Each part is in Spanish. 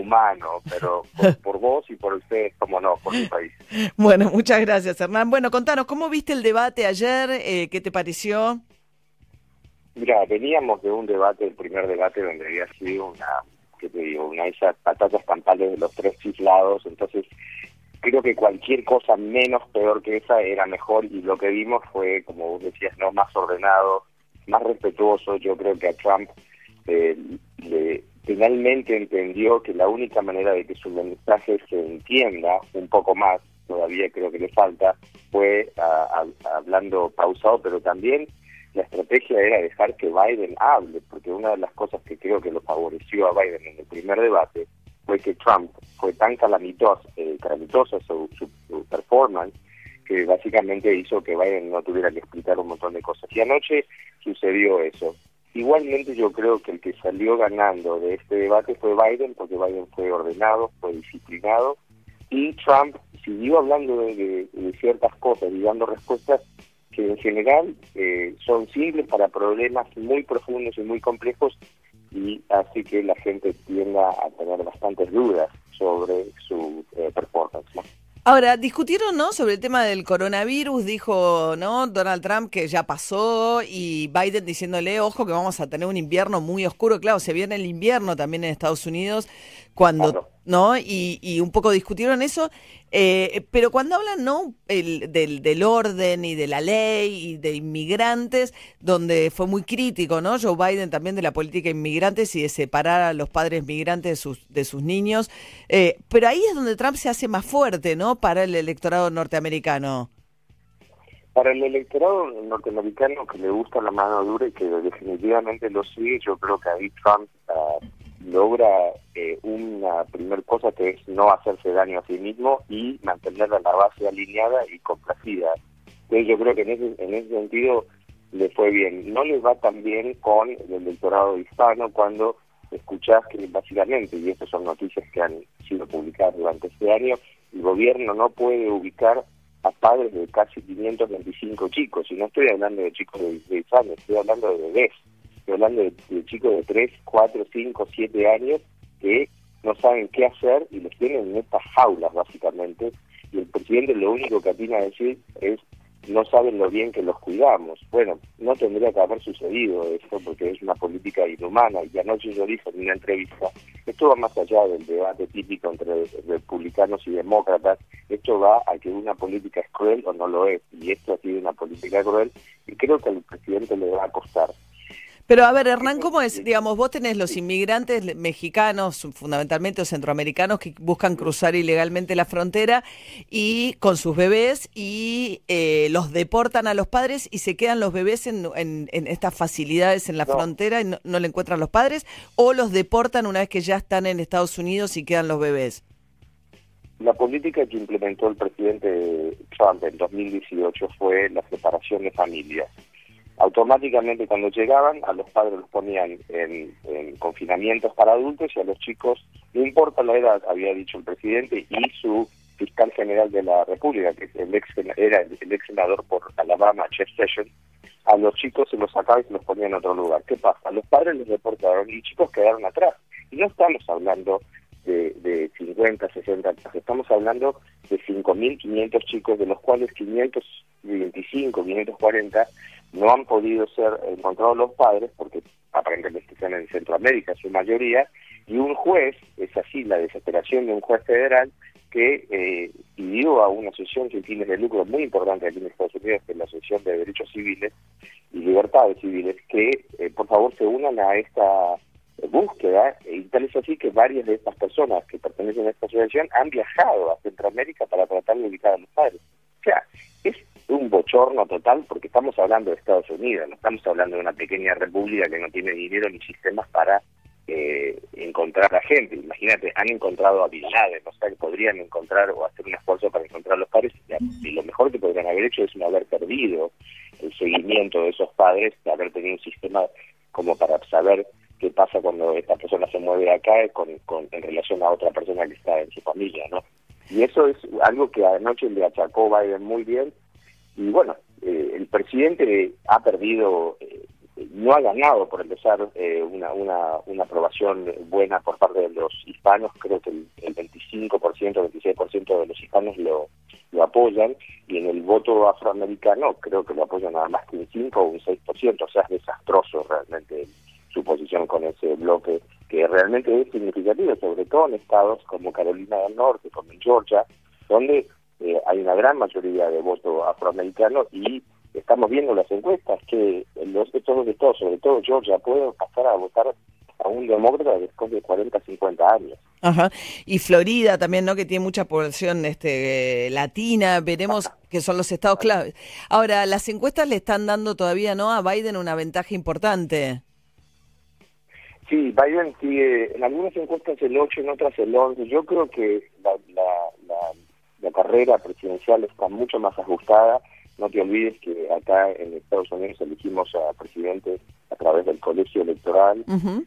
inhumano, pero por vos y por ustedes, como no, por su país. Bueno, muchas gracias, Hernán. Bueno, contanos, ¿cómo viste el debate ayer? ¿Qué te pareció? Mira, veníamos de un debate, el primer debate, donde había sido ¿qué te digo? Una de esas patatas campales de los tres chiflados, entonces creo que cualquier cosa menos peor que esa era mejor, y lo que vimos fue, como vos decías, no, más ordenado, más respetuoso. Yo creo que a Trump finalmente entendió que la única manera de que su mensaje se entienda un poco más, todavía creo que le falta, fue hablando pausado, pero también la estrategia era dejar que Biden hable, porque una de las cosas que creo que lo favoreció a Biden en el primer debate fue que Trump fue tan calamitosa su performance, que básicamente hizo que Biden no tuviera que explicar un montón de cosas. Y anoche sucedió eso. Igualmente yo creo que el que salió ganando de este debate fue Biden, porque Biden fue ordenado, fue disciplinado, y Trump siguió hablando de ciertas cosas y dando respuestas que en general son simples para problemas muy profundos y muy complejos, y así que la gente tienda a tener bastantes dudas sobre su performance, ¿no? Ahora, discutieron, ¿no?, sobre el tema del coronavirus, dijo, ¿no?, Donald Trump que ya pasó y Biden diciéndole, ojo, que vamos a tener un invierno muy oscuro. Claro, se viene el invierno también en Estados Unidos, cuando, Claro. ¿no? Y un poco discutieron eso, pero cuando hablan, ¿no?, del orden y de la ley y de inmigrantes, donde fue muy crítico, ¿no?, Joe Biden también de la política de inmigrantes y de separar a los padres migrantes de sus niños. Pero ahí es donde Trump se hace más fuerte, ¿no?, para el electorado norteamericano. Para el electorado norteamericano que le gusta la mano dura y que definitivamente lo sigue, yo creo que ahí Trump logra una primer cosa, que es no hacerse daño a sí mismo y mantener la base alineada y complacida. Entonces yo creo que en ese sentido le fue bien. No le va tan bien con el electorado hispano cuando escuchás que básicamente, y estas son noticias que han sido publicadas durante este año, el gobierno no puede ubicar a padres de casi 525 chicos, y no estoy hablando de chicos de 16 años, estoy hablando de bebés, estoy hablando de chicos de 3, 4, 5, 7 años que no saben qué hacer y los tienen en estas jaulas básicamente, y el presidente lo único que atina a decir es: no saben lo bien que los cuidamos. Bueno, no tendría que haber sucedido esto, porque es una política inhumana, y anoche yo dije en una entrevista, esto va más allá del debate típico entre republicanos y demócratas, esto va a que una política es cruel o no lo es, y esto ha sido una política cruel, y creo que al presidente le va a costar. Pero a ver, Hernán, ¿cómo es? Digamos, vos tenés los inmigrantes mexicanos, fundamentalmente, o centroamericanos, que buscan cruzar ilegalmente la frontera y con sus bebés, y los deportan a los padres y se quedan los bebés en estas facilidades en la No, frontera y no le encuentran los padres, o los deportan una vez que ya están en Estados Unidos y quedan los bebés. la política que implementó el presidente Trump en 2018 fue la separación de familias. Automáticamente cuando llegaban, a los padres los ponían en confinamientos para adultos, y a los chicos, no importa la edad, había dicho el presidente y su fiscal general de la República, que era el ex senador por Alabama, Jeff Sessions, a los chicos se los sacaba y se los ponía en otro lugar. ¿Qué pasa? A los padres les deportaron y chicos quedaron atrás. Y no estamos hablando de 50, 60, estamos hablando de 5.500 chicos, de los cuales 525, 540 no han podido ser encontrados los padres, porque aparentemente están en Centroamérica su mayoría, y un juez, es así la desesperación de un juez federal, que pidió a una asociación sin fines de lucro muy importante aquí en Estados Unidos, que es la Asociación de Derechos Civiles y Libertades Civiles, que por favor se unan a esta búsqueda, y tal es así que varias de estas personas que pertenecen a esta asociación han viajado a Centroamérica para tratar de ubicar a los padres. O sea, es un bochorno total, porque estamos hablando de Estados Unidos, no estamos hablando de una pequeña república que no tiene dinero ni sistemas para encontrar a gente. Imagínate, han encontrado a Bin Laden, o sea, que podrían encontrar o hacer un esfuerzo para encontrar a los padres, y lo mejor que podrían haber hecho es no haber perdido el seguimiento de esos padres, de haber tenido un sistema como para saber qué pasa cuando esta persona se mueve acá en relación a otra persona que está en su familia, ¿no? Y eso es algo que anoche le achacó Biden muy bien, y bueno, el presidente ha perdido, no ha ganado, por empezar, una aprobación buena por parte de los hispanos hispanos, creo que el 25%, 26% de los hispanos lo apoyan, y en el voto afroamericano creo que lo apoyan nada más que un 5 o un 6%, o sea, es desastroso realmente su posición con ese bloque, que realmente es significativo, sobre todo en estados como Carolina del Norte, como en Georgia, donde hay una gran mayoría de voto afroamericano, y estamos viendo las encuestas que estos dos estados, sobre todo Georgia, pueden pasar a votar a un demócrata después de 40, 50 años. Ajá. Y Florida también, ¿no? Que tiene mucha población latina, veremos que son los estados claves. Ahora, las encuestas le están dando todavía, ¿no?, a Biden una ventaja importante. Sí, Biden sigue, en algunas encuestas el 8, en otras el 11. Yo creo que la carrera presidencial está mucho más ajustada. No te olvides que acá en Estados Unidos elegimos a presidentes a través del colegio electoral. Uh-huh.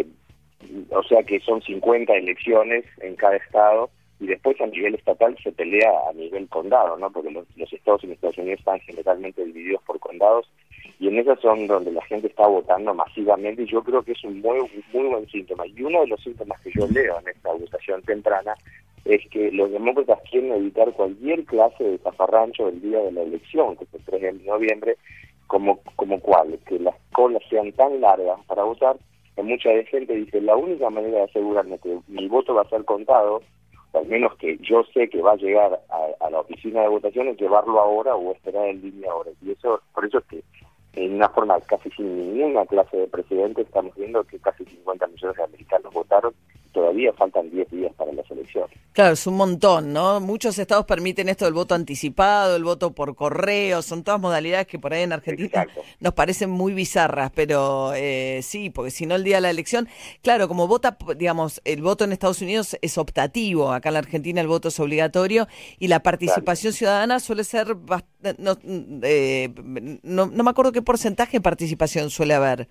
O sea que son 50 elecciones en cada estado, y después a nivel estatal se pelea a nivel condado, ¿no? Porque los estados en Estados Unidos están generalmente divididos por condados, y en esas son donde la gente está votando masivamente, y yo creo que es un muy buen síntoma. Y uno de los síntomas que yo leo en esta votación temprana es que los demócratas quieren evitar cualquier clase de zafarrancho el día de la elección, que es el 3 de noviembre, como cuál, que las colas sean tan largas para votar, que mucha gente dice, la única manera de asegurarme que mi voto va a ser contado, o al menos que yo sé que va a llegar a la oficina de votación, es llevarlo ahora o esperar en línea ahora. Y eso, por eso es que en una forma casi sin ninguna clase de precedente estamos viendo que casi 50 millones de americanos votaron. Todavía faltan 10 días para las elecciones. Claro, es un montón, ¿no? Muchos estados permiten esto del voto anticipado, el voto por correo, son todas modalidades que por ahí en Argentina Exacto. Nos parecen muy bizarras, pero sí, porque si no el día de la elección, claro, como vota, digamos, el voto en Estados Unidos es optativo, acá en la Argentina el voto es obligatorio, y la participación ciudadana suele ser, no me acuerdo qué porcentaje de participación suele haber.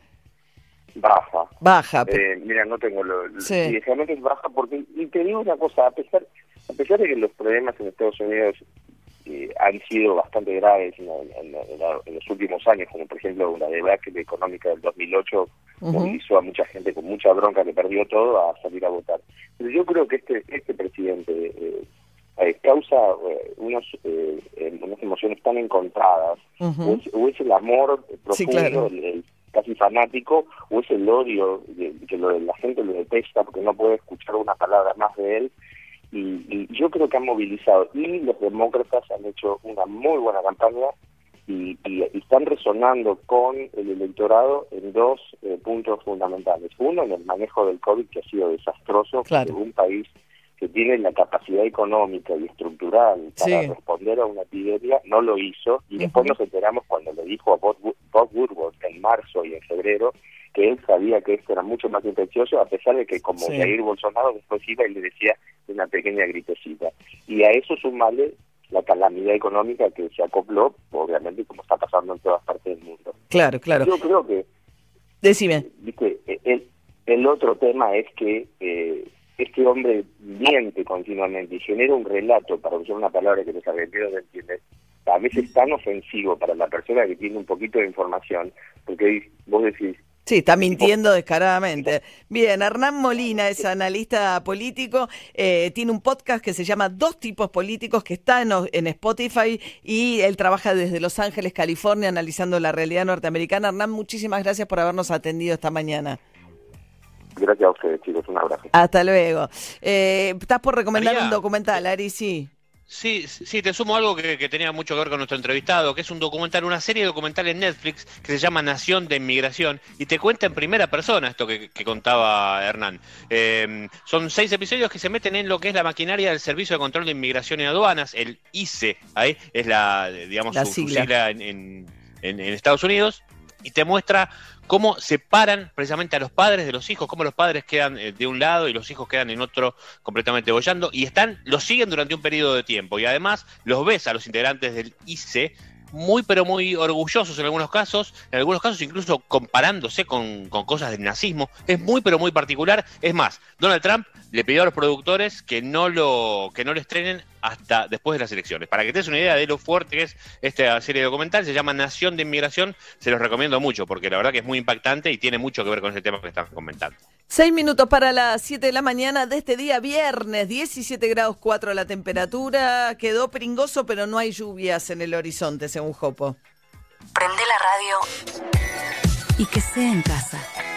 Baja. Mira, no tengo sí. Y realmente es baja porque, y te digo una cosa, a pesar de que los problemas en Estados Unidos han sido bastante graves en los últimos años, como por ejemplo la debacle económica del 2008, uh-huh, movilizó a mucha gente con mucha bronca que perdió todo a salir a votar. Pero yo creo que este presidente causa unas emociones tan encontradas, uh-huh, o es el amor profundo, sí, claro, el casi fanático, o es el odio que la gente lo detesta porque no puede escuchar una palabra más de él, y yo creo que han movilizado, y los demócratas han hecho una muy buena campaña, y están resonando con el electorado en dos puntos fundamentales. Uno, en el manejo del COVID, que ha sido desastroso, claro, de un país que tiene la capacidad económica y estructural para sí, responder a una epidemia, no lo hizo, y después nos enteramos cuando le dijo a Bob Woodward en marzo y en febrero que él sabía que esto era mucho más infeccioso, a pesar de que como sí, Jair Bolsonaro después iba y le decía una pequeña gritecita. Y a eso sumarle la calamidad económica que se acopló, obviamente, como está pasando en todas partes del mundo. Claro. Yo creo que, decime, viste, el otro tema es que este hombre miente continuamente y genera un relato, para usar una palabra que los argentinos entienden, a veces tan ofensivo para la persona que tiene un poquito de información, porque vos decís... Sí, está mintiendo descaradamente. Bien, Hernán Molina es analista político, tiene un podcast que se llama Dos Tipos Políticos, que está en Spotify, y él trabaja desde Los Ángeles, California, analizando la realidad norteamericana. Hernán, muchísimas gracias por habernos atendido esta mañana. Gracias a ustedes, chicos, un abrazo. Hasta luego. Estás por recomendar María, un documental, Ari, sí. Sí, te sumo algo que tenía mucho que ver con nuestro entrevistado, que es un documental, una serie documental en Netflix que se llama Nación de Inmigración, y te cuenta en primera persona esto que contaba Hernán. Son 6 episodios que se meten en lo que es la maquinaria del Servicio de Control de Inmigración y Aduanas, el ICE, ahí es su sigla en Estados Unidos, y te muestra cómo separan precisamente a los padres de los hijos, cómo los padres quedan de un lado y los hijos quedan en otro completamente boyando, y los siguen durante un periodo de tiempo, y además los ves a los integrantes del ICE muy pero muy orgullosos en algunos casos incluso comparándose con cosas del nazismo. Es muy pero muy particular. Es más, Donald Trump le pidió a los productores que no lo estrenen hasta después de las elecciones. Para que te des una idea de lo fuerte que es esta serie documental, se llama Nación de Inmigración, se los recomiendo mucho porque la verdad que es muy impactante y tiene mucho que ver con ese tema que están comentando. 6 minutos para las 7 de la mañana de este día viernes, 17 grados 4 la temperatura, quedó pringoso pero no hay lluvias en el horizonte según Jopo. Prende la radio y que sea en casa.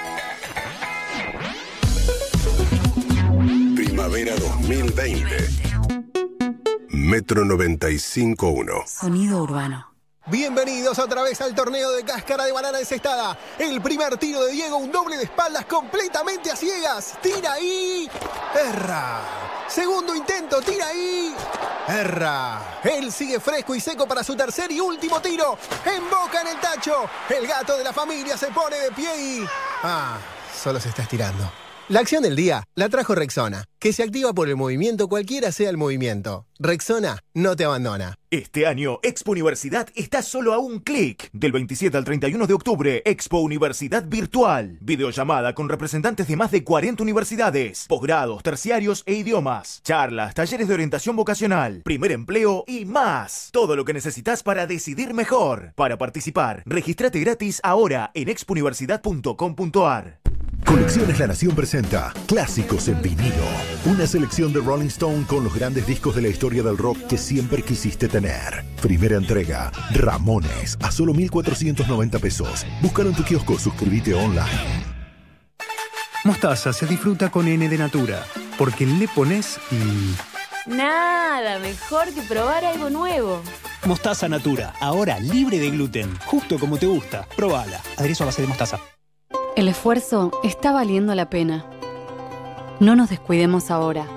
Primavera 2020. Metro 95.1. Sonido urbano. Bienvenidos otra vez al torneo de cáscara de banana encestada. El primer tiro de Diego, un doble de espaldas completamente a ciegas. Tira y... erra. Segundo intento, tira y... erra. Él sigue fresco y seco para su tercer y último tiro. Emboca en el tacho. El gato de la familia se pone de pie y... solo se está estirando. La acción del día la trajo Rexona, que se activa por el movimiento cualquiera sea el movimiento. Rexona no te abandona. Este año, Expo Universidad está solo a un clic. Del 27 al 31 de octubre, Expo Universidad Virtual. Videollamada con representantes de más de 40 universidades, posgrados, terciarios e idiomas. Charlas, talleres de orientación vocacional, primer empleo y más. Todo lo que necesitas para decidir mejor. Para participar, regístrate gratis ahora en expouniversidad.com.ar. Colecciones La Nación presenta Clásicos en vinilo. Una selección de Rolling Stone con los grandes discos de la historia del rock que siempre quisiste tener. Primera entrega, Ramones, a solo 1.490 pesos. Búscalo en tu kiosco, suscríbete online. Mostaza se disfruta con N de Natura, porque le pones y... nada mejor que probar algo nuevo. Mostaza Natura, ahora libre de gluten, justo como te gusta. Probala. Aderezo a base de mostaza. El esfuerzo está valiendo la pena. No nos descuidemos ahora.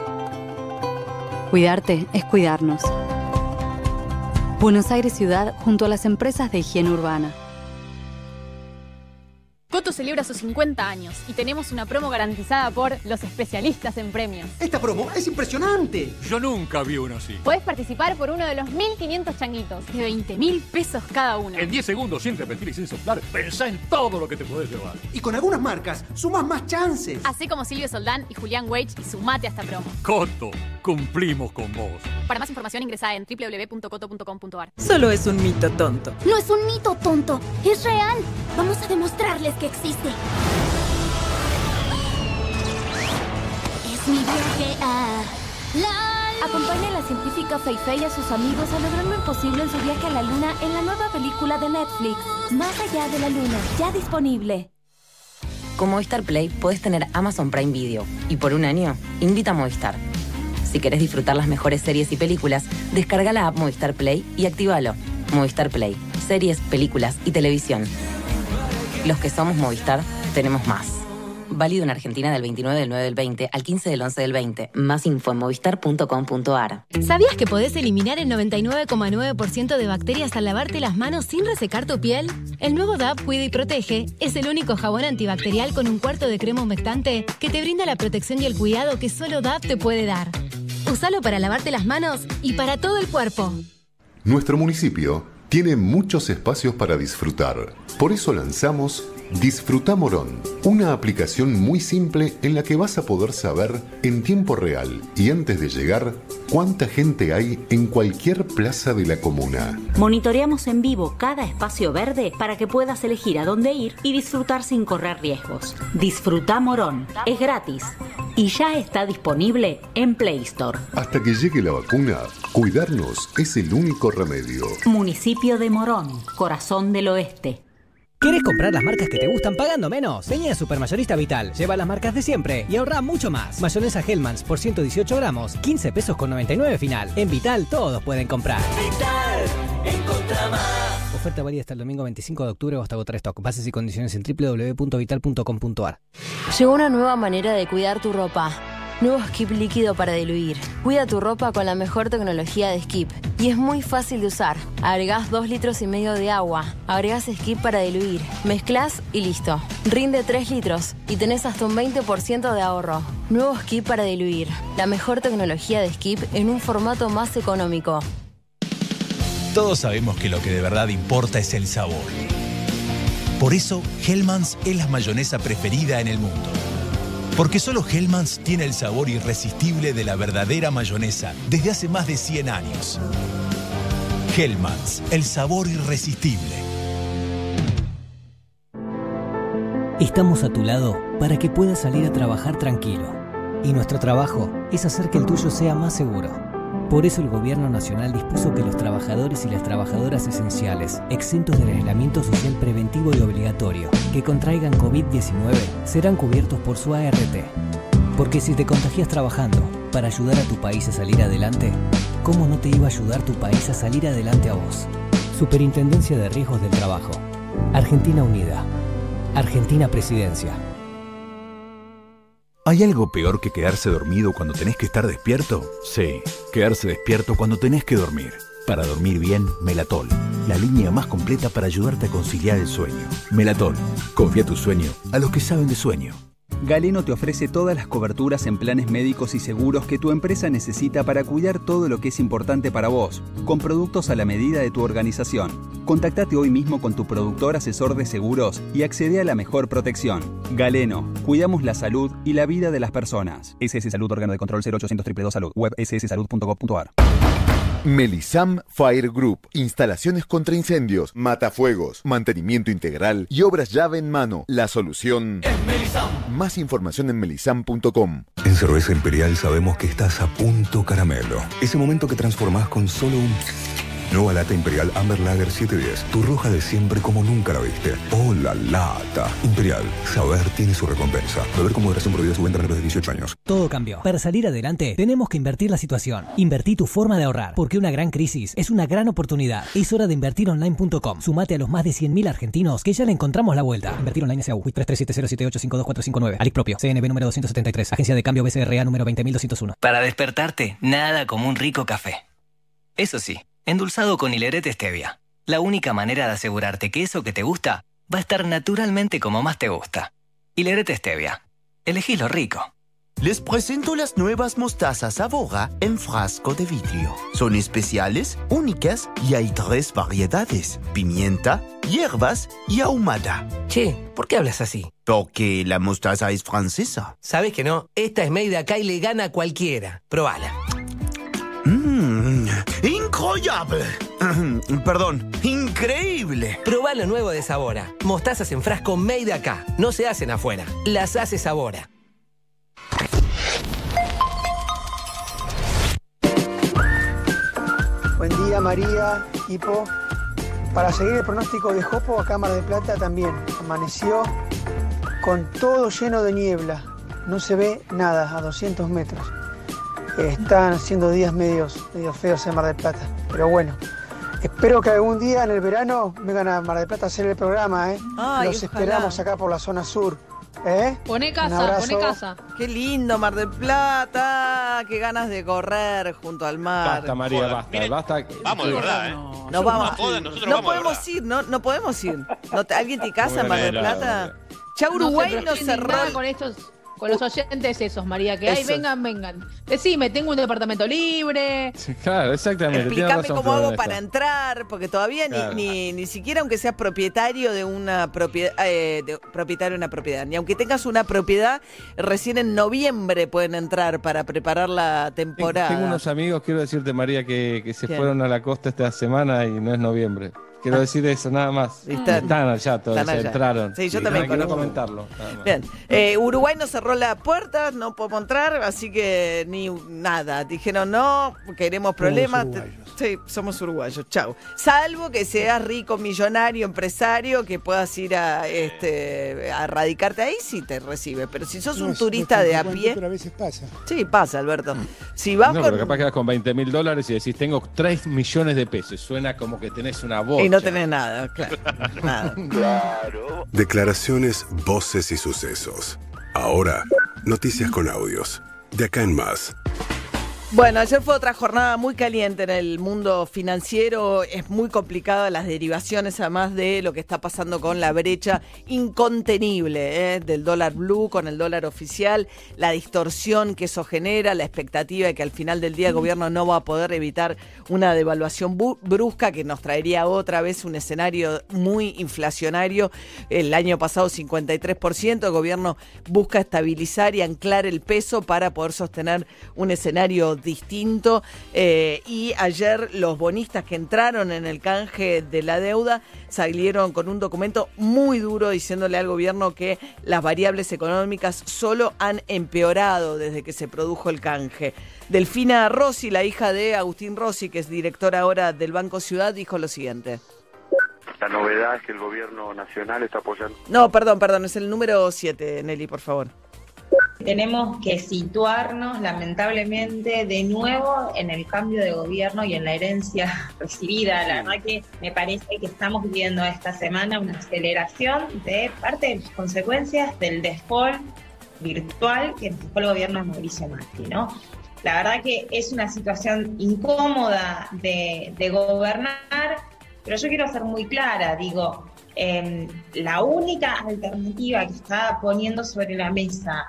Cuidarte es cuidarnos. Buenos Aires Ciudad junto a las empresas de higiene urbana. Coto celebra sus 50 años y tenemos una promo garantizada por los especialistas en premios. ¡Esta promo es impresionante! Yo nunca vi uno así. Podés participar por uno de los 1.500 changuitos, de 20.000 pesos cada uno. En 10 segundos, sin repetir y sin soplar, pensá en todo lo que te podés llevar. Y con algunas marcas, sumás más chances. Así como Silvio Soldán y Julián Weich y sumate a esta promo. Coto, cumplimos con vos. Para más información ingresá en www.coto.com.ar. Solo es un mito tonto. No es un mito tonto, es real. Vamos a demostrarles que existe. Es mi viaje a la... Acompaña a la científica Fei Fei y a sus amigos a lograr lo imposible en su viaje a la luna en la nueva película de Netflix, Más allá de la luna, ya disponible. Con Movistar Play podés tener Amazon Prime Video y por un año, invita a Movistar. Si querés disfrutar las mejores series y películas, descarga la app Movistar Play y actívalo. Movistar Play, series, películas y televisión. Los que somos Movistar, tenemos más. Válido en Argentina del 29 del 9 del 20 al 15 del 11 del 20. Más info en movistar.com.ar. ¿Sabías que podés eliminar el 99,9% de bacterias al lavarte las manos sin resecar tu piel? El nuevo Dove Cuida y Protege es el único jabón antibacterial con un cuarto de crema humectante que te brinda la protección y el cuidado que solo Dove te puede dar. Úsalo para lavarte las manos y para todo el cuerpo. Nuestro municipio tiene muchos espacios para disfrutar. Por eso lanzamos Disfruta Morón, una aplicación muy simple en la que vas a poder saber en tiempo real y antes de llegar cuánta gente hay en cualquier plaza de la comuna. Monitoreamos en vivo cada espacio verde para que puedas elegir a dónde ir y disfrutar sin correr riesgos. Disfruta Morón, es gratis y ya está disponible en Play Store. Hasta que llegue la vacuna, cuidarnos es el único remedio. Municipio de Morón, corazón del oeste. ¿Querés comprar las marcas que te gustan pagando menos? Vení a Supermayorista Vital, lleva las marcas de siempre y ahorrá mucho más. Mayonesa Hellmann's por 118 gramos, 15 pesos con 99 final. En Vital todos pueden comprar. Vital, encontrá más. Oferta válida hasta el domingo 25 de octubre o hasta agotar stock. Bases y condiciones en www.vital.com.ar. Llegó una nueva manera de cuidar tu ropa. Nuevo Skip líquido para diluir. Cuida tu ropa con la mejor tecnología de Skip. Y es muy fácil de usar. Agregás 2,5 litros de agua. Agregás Skip para diluir. Mezclás y listo. Rinde 3 litros y tenés hasta un 20% de ahorro. Nuevo Skip para diluir. La mejor tecnología de Skip en un formato más económico. Todos sabemos que lo que de verdad importa es el sabor. Por eso, Hellmann's es la mayonesa preferida en el mundo. Porque solo Hellmann's tiene el sabor irresistible de la verdadera mayonesa desde hace más de 100 años. Hellmann's, el sabor irresistible. Estamos a tu lado para que puedas salir a trabajar tranquilo. Y nuestro trabajo es hacer que el tuyo sea más seguro. Por eso el Gobierno Nacional dispuso que los trabajadores y las trabajadoras esenciales, exentos del aislamiento social preventivo y obligatorio, que contraigan COVID-19, serán cubiertos por su ART. Porque si te contagias trabajando para ayudar a tu país a salir adelante, ¿cómo no te iba a ayudar tu país a salir adelante a vos? Superintendencia de Riesgos del Trabajo. Argentina Unida. Argentina Presidencia. ¿Hay algo peor que quedarse dormido cuando tenés que estar despierto? Sí, quedarse despierto cuando tenés que dormir. Para dormir bien, Melatol, la línea más completa para ayudarte a conciliar el sueño. Melatol, confía tu sueño a los que saben de sueño. Galeno te ofrece todas las coberturas en planes médicos y seguros que tu empresa necesita para cuidar todo lo que es importante para vos, con productos a la medida de tu organización. Contactate hoy mismo con tu productor asesor de seguros y accede a la mejor protección. Galeno, cuidamos la salud y la vida de las personas. SS Salud, órgano de control 0800 222 Salud, web sssalud.gov.ar. Melisam Fire Group. Instalaciones contra incendios, matafuegos, mantenimiento integral y obras llave en mano. La solución es Melisam. Más información en melisam.com. En Cerveza Imperial sabemos que estás a punto caramelo. Ese momento que transformás con solo un... Nueva lata Imperial Amber Lager 710. Tu roja de siempre como nunca la viste. ¡Oh, la lata! Imperial. Saber tiene su recompensa. Beber con moderación, prohibida su venta a menores de 18 años. Todo cambió. Para salir adelante, tenemos que invertir la situación. Invertí tu forma de ahorrar. Porque una gran crisis es una gran oportunidad. Es hora de invertironline.com. Sumate a los más de 100.000 argentinos que ya le encontramos la vuelta. Invertir Online S.A.U. 337078525459. Alic propio. CNB número 273. Agencia de cambio BCRA número 20201. Para despertarte, nada como un rico café. Eso sí, endulzado con hilerete stevia. La única manera de asegurarte que eso que te gusta va a estar naturalmente como más te gusta. Hilerete stevia. Elegí lo rico. Les presento las nuevas mostazas Avora en frasco de vidrio. Son especiales, únicas y hay 3 variedades: pimienta, hierbas y ahumada. Che, ¿por qué hablas así? Porque la mostaza es francesa. ¿Sabes que no? Esta es made acá y le gana a cualquiera. Probala. ¡Incroyable! Perdón, increíble. Probá lo nuevo de Sabora. Mostazas en frasco made acá. No se hacen afuera. Las hace Sabora. Buen día, María, equipo. Para seguir el pronóstico de Jopo, acá en Mar del Plata también amaneció con todo lleno de niebla. No se ve nada a 200 metros. Están siendo días medio feos en Mar del Plata. Pero bueno, espero que algún día en el verano vengan a Mar del Plata a hacer el programa, ¿eh? Ay, los ojalá. esperamos acá por la zona sur. Poné Un casa, abrazo. poné casa. Qué lindo Mar del Plata, qué ganas de correr junto al mar. Basta, María, basta, Miren, basta. Vamos de verdad, ¿eh? No vamos, Nosotros no vamos de podemos verdad. ir, no podemos ir. ¿Alguien te casa en Mar del Plata? Ya No sé, Uruguay pero nos estoy cerró. indignada con los oyentes esos, María, que Eso. vengan. Decime, tengo un departamento libre. Sí, claro, exactamente. tiene Explícame razón, cómo hago Florencia. para entrar, porque todavía Claro. ni siquiera aunque seas propietario de una propiedad, propietario de una propiedad, ni aunque tengas una propiedad, recién en noviembre pueden entrar para preparar la temporada. Tengo unos amigos, quiero decirte, María, que se ¿Quién? fueron a la costa esta semana y no es noviembre. Quiero decir eso, nada más. ¿Viste? Están allá todos, Están allá. entraron. Sí, yo también quiero conozco. comentarlo. nada más. Bien, Uruguay nos cerró la puerta, no podemos entrar, así que ni nada. Dijeron no, queremos problemas. Sí, somos uruguayos, chau. Salvo que seas rico, millonario, empresario, que puedas ir a radicarte ahí, sí te recibe. Pero si sos un turista de a pie. Pero a veces pasa. Sí, pasa, Alberto. Si vas No, con. pero capaz quedas con $20.000 y decís, tengo 3 millones de pesos. Suena como que tenés una bocha. Y no tenés nada, claro. Nada. Declaraciones, voces y sucesos. Ahora, noticias con audios. De acá en más. Bueno, ayer fue otra jornada muy caliente en el mundo financiero. Es muy complicada las derivaciones, además de lo que está pasando con la brecha incontenible del dólar blue con el dólar oficial, la distorsión que eso genera, la expectativa de que al final del día el gobierno no va a poder evitar una devaluación brusca que nos traería otra vez un escenario muy inflacionario. El año pasado 53%, el gobierno busca estabilizar y anclar el peso para poder sostener un escenario algo distinto. Y ayer los bonistas que entraron en el canje de la deuda salieron con un documento muy duro diciéndole al gobierno que las variables económicas solo han empeorado desde que se produjo el canje. Delfina Rossi, la hija de Agustín Rossi, que es directora ahora del Banco Ciudad, dijo lo siguiente. La novedad es que el gobierno nacional está apoyando... No, perdón, es el número 7, Nelly, por favor. Tenemos que situarnos, lamentablemente, de nuevo en el cambio de gobierno y en la herencia recibida. La verdad que me parece que estamos viviendo esta semana una aceleración de parte de las consecuencias del default virtual que nos dejó el gobierno de Mauricio Macri, ¿no? La verdad que es una situación incómoda de gobernar, pero yo quiero ser muy clara, digo, la única alternativa que está poniendo sobre la mesa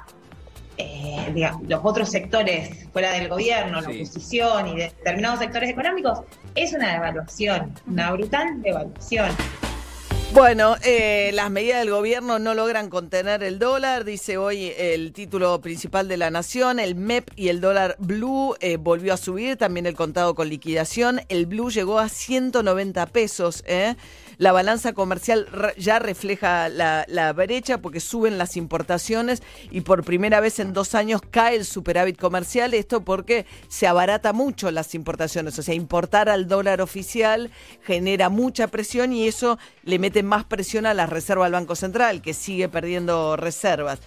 los otros sectores fuera del gobierno, la oposición y determinados sectores económicos, es una devaluación, una brutal devaluación. Bueno, las medidas del gobierno no logran contener el dólar, dice hoy el título principal de La Nación. El MEP y el dólar blue volvió a subir, también el contado con liquidación. El blue llegó a 190 pesos, La balanza comercial ya refleja la brecha porque suben las importaciones y por primera vez en 2 años cae el superávit comercial. Esto porque se abarata mucho las importaciones, o sea, importar al dólar oficial genera mucha presión y eso le mete más presión a las reservas del Banco Central, que sigue perdiendo reservas.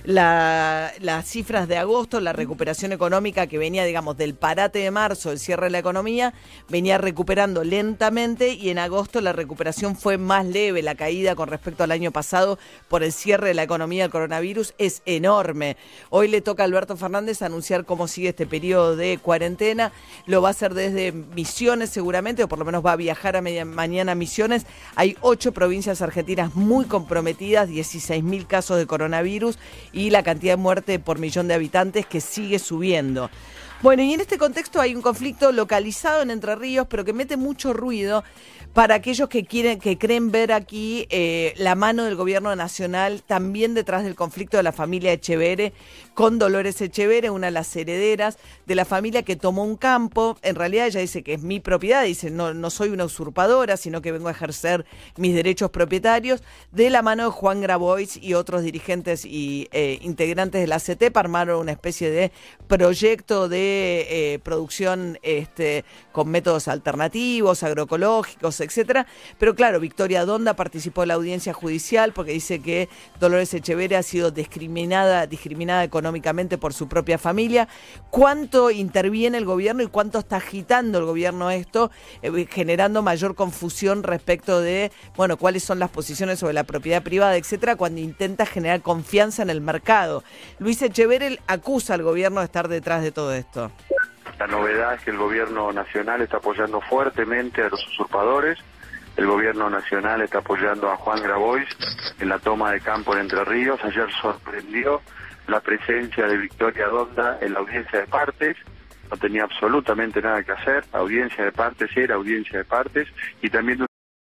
Las cifras de agosto, la recuperación económica que venía, digamos, del parate de marzo, el cierre de la economía, venía recuperando lentamente y en agosto la recuperación fue más leve. La caída con respecto al año pasado por el cierre de la economía del coronavirus es enorme. Hoy le toca a Alberto Fernández anunciar cómo sigue este periodo de cuarentena. Lo va a hacer desde Misiones seguramente, o por lo menos va a viajar mañana a Misiones. Hay 8 provincias argentinas muy comprometidas, 16.000 casos de coronavirus y la cantidad de muerte por millón de habitantes que sigue subiendo. Bueno, y en este contexto hay un conflicto localizado en Entre Ríos, pero que mete mucho ruido para aquellos que creen ver aquí la mano del gobierno nacional también detrás del conflicto de la familia Echeverre con Dolores Echeverre, una de las herederas de la familia que tomó un campo. En realidad ella dice que es mi propiedad, dice no soy una usurpadora, sino que vengo a ejercer mis derechos propietarios, de la mano de Juan Grabois y otros dirigentes y integrantes de la CETEP armaron una especie de proyecto de producción con métodos alternativos, agroecológicos, etcétera. Pero claro, Victoria Donda participó en la audiencia judicial porque dice que Dolores Echeverre ha sido discriminada económicamente por su propia familia. ¿Cuánto interviene el gobierno y cuánto está agitando el gobierno esto, generando mayor confusión respecto de, bueno, cuáles son las posiciones sobre la propiedad privada, etcétera, cuando intenta generar confianza en el mercado? Luis Echeverre acusa al gobierno de estar detrás de todo esto. La novedad es que el gobierno nacional está apoyando fuertemente a los usurpadores. El gobierno nacional está apoyando a Juan Grabois en la toma de campo en Entre Ríos. Ayer sorprendió la presencia de Victoria Donda en la audiencia de partes. No tenía absolutamente nada que hacer. Audiencia de partes era audiencia de partes. Y también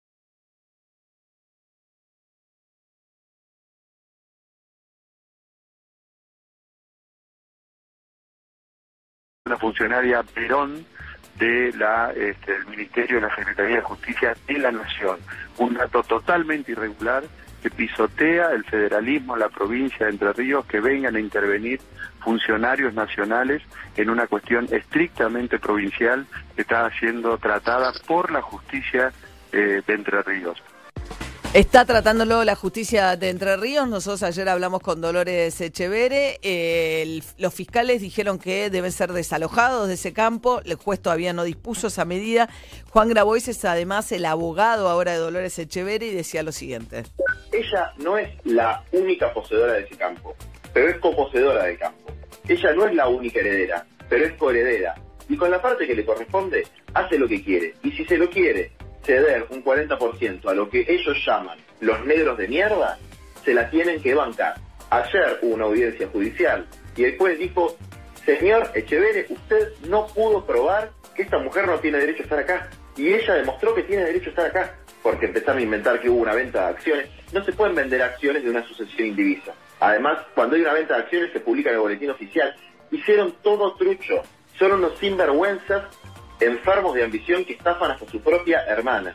una funcionaria Perón del Ministerio de la Secretaría de Justicia de la Nación. Un dato totalmente irregular que pisotea el federalismo en la provincia de Entre Ríos, que vengan a intervenir funcionarios nacionales en una cuestión estrictamente provincial que está siendo tratada por la justicia de Entre Ríos. Está tratándolo la justicia de Entre Ríos. Nosotros ayer hablamos con Dolores Echeverre. Los fiscales dijeron que deben ser desalojados de ese campo. El juez todavía no dispuso esa medida. Juan Grabois es además el abogado ahora de Dolores Echeverre y decía lo siguiente. Ella no es la única poseedora de ese campo, pero es coposeedora del campo. Ella no es la única heredera, pero es coheredera. Y con la parte que le corresponde, hace lo que quiere. Y si se lo quiere ceder un 40% a lo que ellos llaman los negros de mierda, se la tienen que bancar. Ayer hubo una audiencia judicial y el juez dijo: señor Echeverre, usted no pudo probar que esta mujer no tiene derecho a estar acá. Y ella demostró que tiene derecho a estar acá, porque empezaron a inventar que hubo una venta de acciones. No se pueden vender acciones de una sucesión indivisa. Además, cuando hay una venta de acciones se publica en el boletín oficial. Hicieron todo trucho. Son unos sinvergüenzas enfermos de ambición que estafan hasta su propia hermana.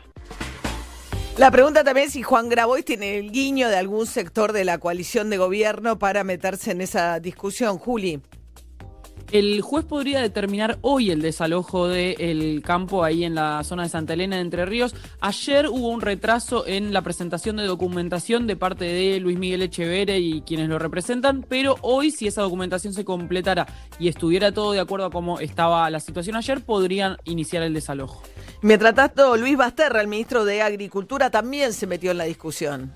La pregunta también es si Juan Grabois tiene el guiño de algún sector de la coalición de gobierno para meterse en esa discusión. Juli. El juez podría determinar hoy el desalojo del campo ahí en la zona de Santa Elena de Entre Ríos. Ayer hubo un retraso en la presentación de documentación de parte de Luis Miguel Echeverre y quienes lo representan, pero hoy, si esa documentación se completara y estuviera todo de acuerdo a cómo estaba la situación ayer, podrían iniciar el desalojo. Mientras tanto, Luis Basterra, el ministro de Agricultura, también se metió en la discusión.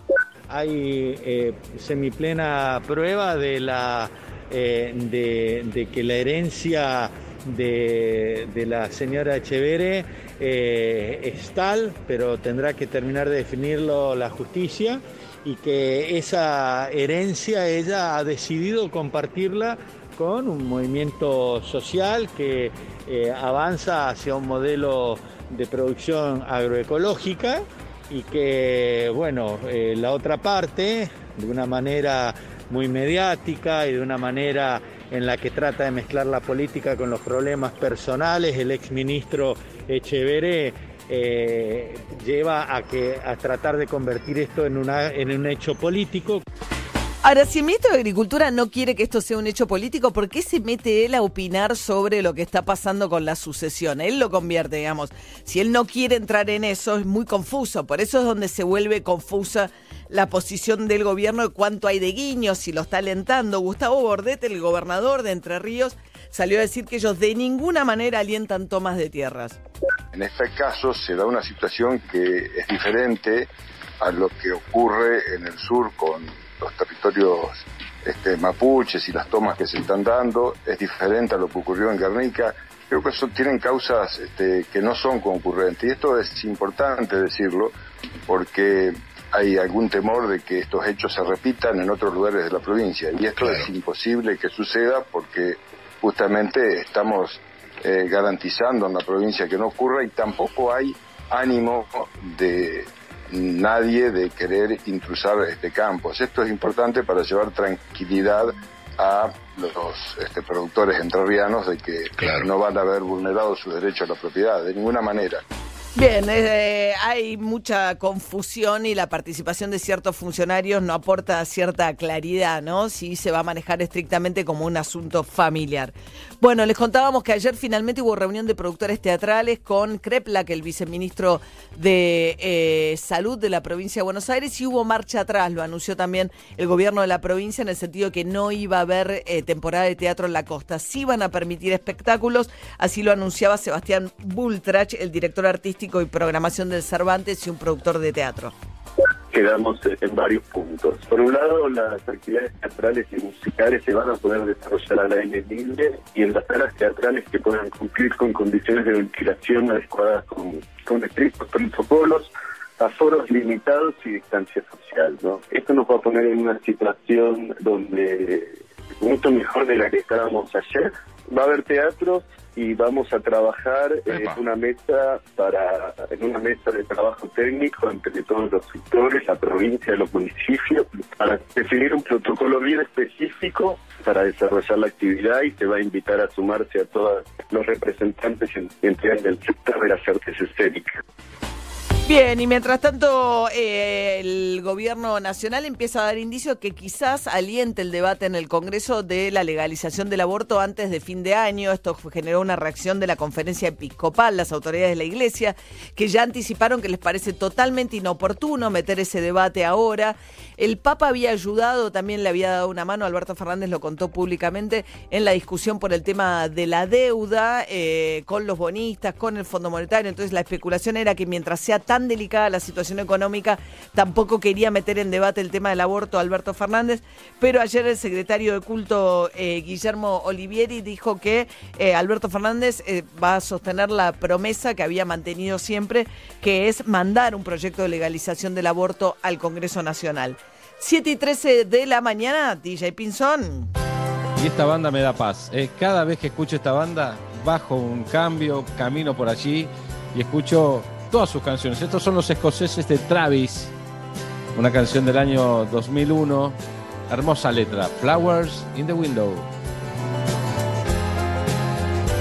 Hay semiplena prueba de la de que la herencia de la señora Echeverre es tal, pero tendrá que terminar de definirlo la justicia, y que esa herencia ella ha decidido compartirla con un movimiento social que avanza hacia un modelo de producción agroecológica, y que, bueno, la otra parte, de una manera muy mediática y de una manera en la que trata de mezclar la política con los problemas personales, el exministro Echeverre lleva a tratar de convertir esto en un hecho político. Ahora, si el ministro de Agricultura no quiere que esto sea un hecho político, ¿por qué se mete él a opinar sobre lo que está pasando con la sucesión? Él lo convierte, digamos. Si él no quiere entrar en eso, es muy confuso. Por eso es donde se vuelve confusa la posición del gobierno de cuánto hay de guiños, si lo está alentando. Gustavo Bordet, el gobernador de Entre Ríos, salió a decir que ellos de ninguna manera alientan tomas de tierras. En este caso se da una situación que es diferente a lo que ocurre en el sur con los territorios mapuches y las tomas que se están dando. Es diferente a lo que ocurrió en Guernica. Creo que eso tienen causas que no son concurrentes, y esto es importante decirlo porque hay algún temor de que estos hechos se repitan en otros lugares de la provincia, y esto es imposible que suceda porque justamente estamos garantizando en la provincia que no ocurra, y tampoco hay ánimo de nadie de querer intrusar campos. Esto es importante para llevar tranquilidad a los productores entrerrianos de que no van a haber vulnerado su derecho a la propiedad de ninguna manera. Bien, hay mucha confusión y la participación de ciertos funcionarios no aporta cierta claridad, ¿no? Si se va a manejar estrictamente como un asunto familiar. Bueno, les contábamos que ayer finalmente hubo reunión de productores teatrales con Kreplak, el viceministro de Salud de la provincia de Buenos Aires, y hubo marcha atrás, lo anunció también el gobierno de la provincia, en el sentido que no iba a haber temporada de teatro en la costa. Sí van a permitir espectáculos, así lo anunciaba Sebastián Bultrach, el director artístico y programación del Cervantes y un productor de teatro. Quedamos en varios puntos. Por un lado, las actividades teatrales y musicales se van a poder desarrollar al aire libre y en las salas teatrales que puedan cumplir con condiciones de ventilación adecuadas con estrictos protocolos, aforos limitados y distancia social, ¿no? Esto nos va a poner en una situación donde mucho mejor de la que estábamos ayer. Va a haber teatros y vamos a trabajar en una mesa de trabajo técnico entre todos los sectores, la provincia, los municipios, para definir un protocolo bien específico para desarrollar la actividad, y se va a invitar a sumarse a todos los representantes y entidades del sector de las artes escénicas. Bien, y mientras tanto el gobierno nacional empieza a dar indicios que quizás aliente el debate en el Congreso de la legalización del aborto antes de fin de año. Esto generó una reacción de la conferencia episcopal, las autoridades de la iglesia, que ya anticiparon que les parece totalmente inoportuno meter ese debate ahora. El Papa había ayudado, también le había dado una mano, Alberto Fernández lo contó públicamente, en la discusión por el tema de la deuda con los bonistas, con el Fondo Monetario. Entonces la especulación era que mientras sea tan delicada la situación económica, tampoco quería meter en debate el tema del aborto Alberto Fernández, pero ayer el secretario de Culto, Guillermo Olivieri, dijo que Alberto Fernández va a sostener la promesa que había mantenido siempre, que es mandar un proyecto de legalización del aborto al Congreso Nacional. 7:13 de la mañana, DJ Pinzón. Y esta banda me da paz. Cada vez que escucho esta banda, bajo un cambio, camino por allí y escucho todas sus canciones. Estos son los escoceses de Travis, una canción del año 2001, hermosa letra, Flowers in the Window.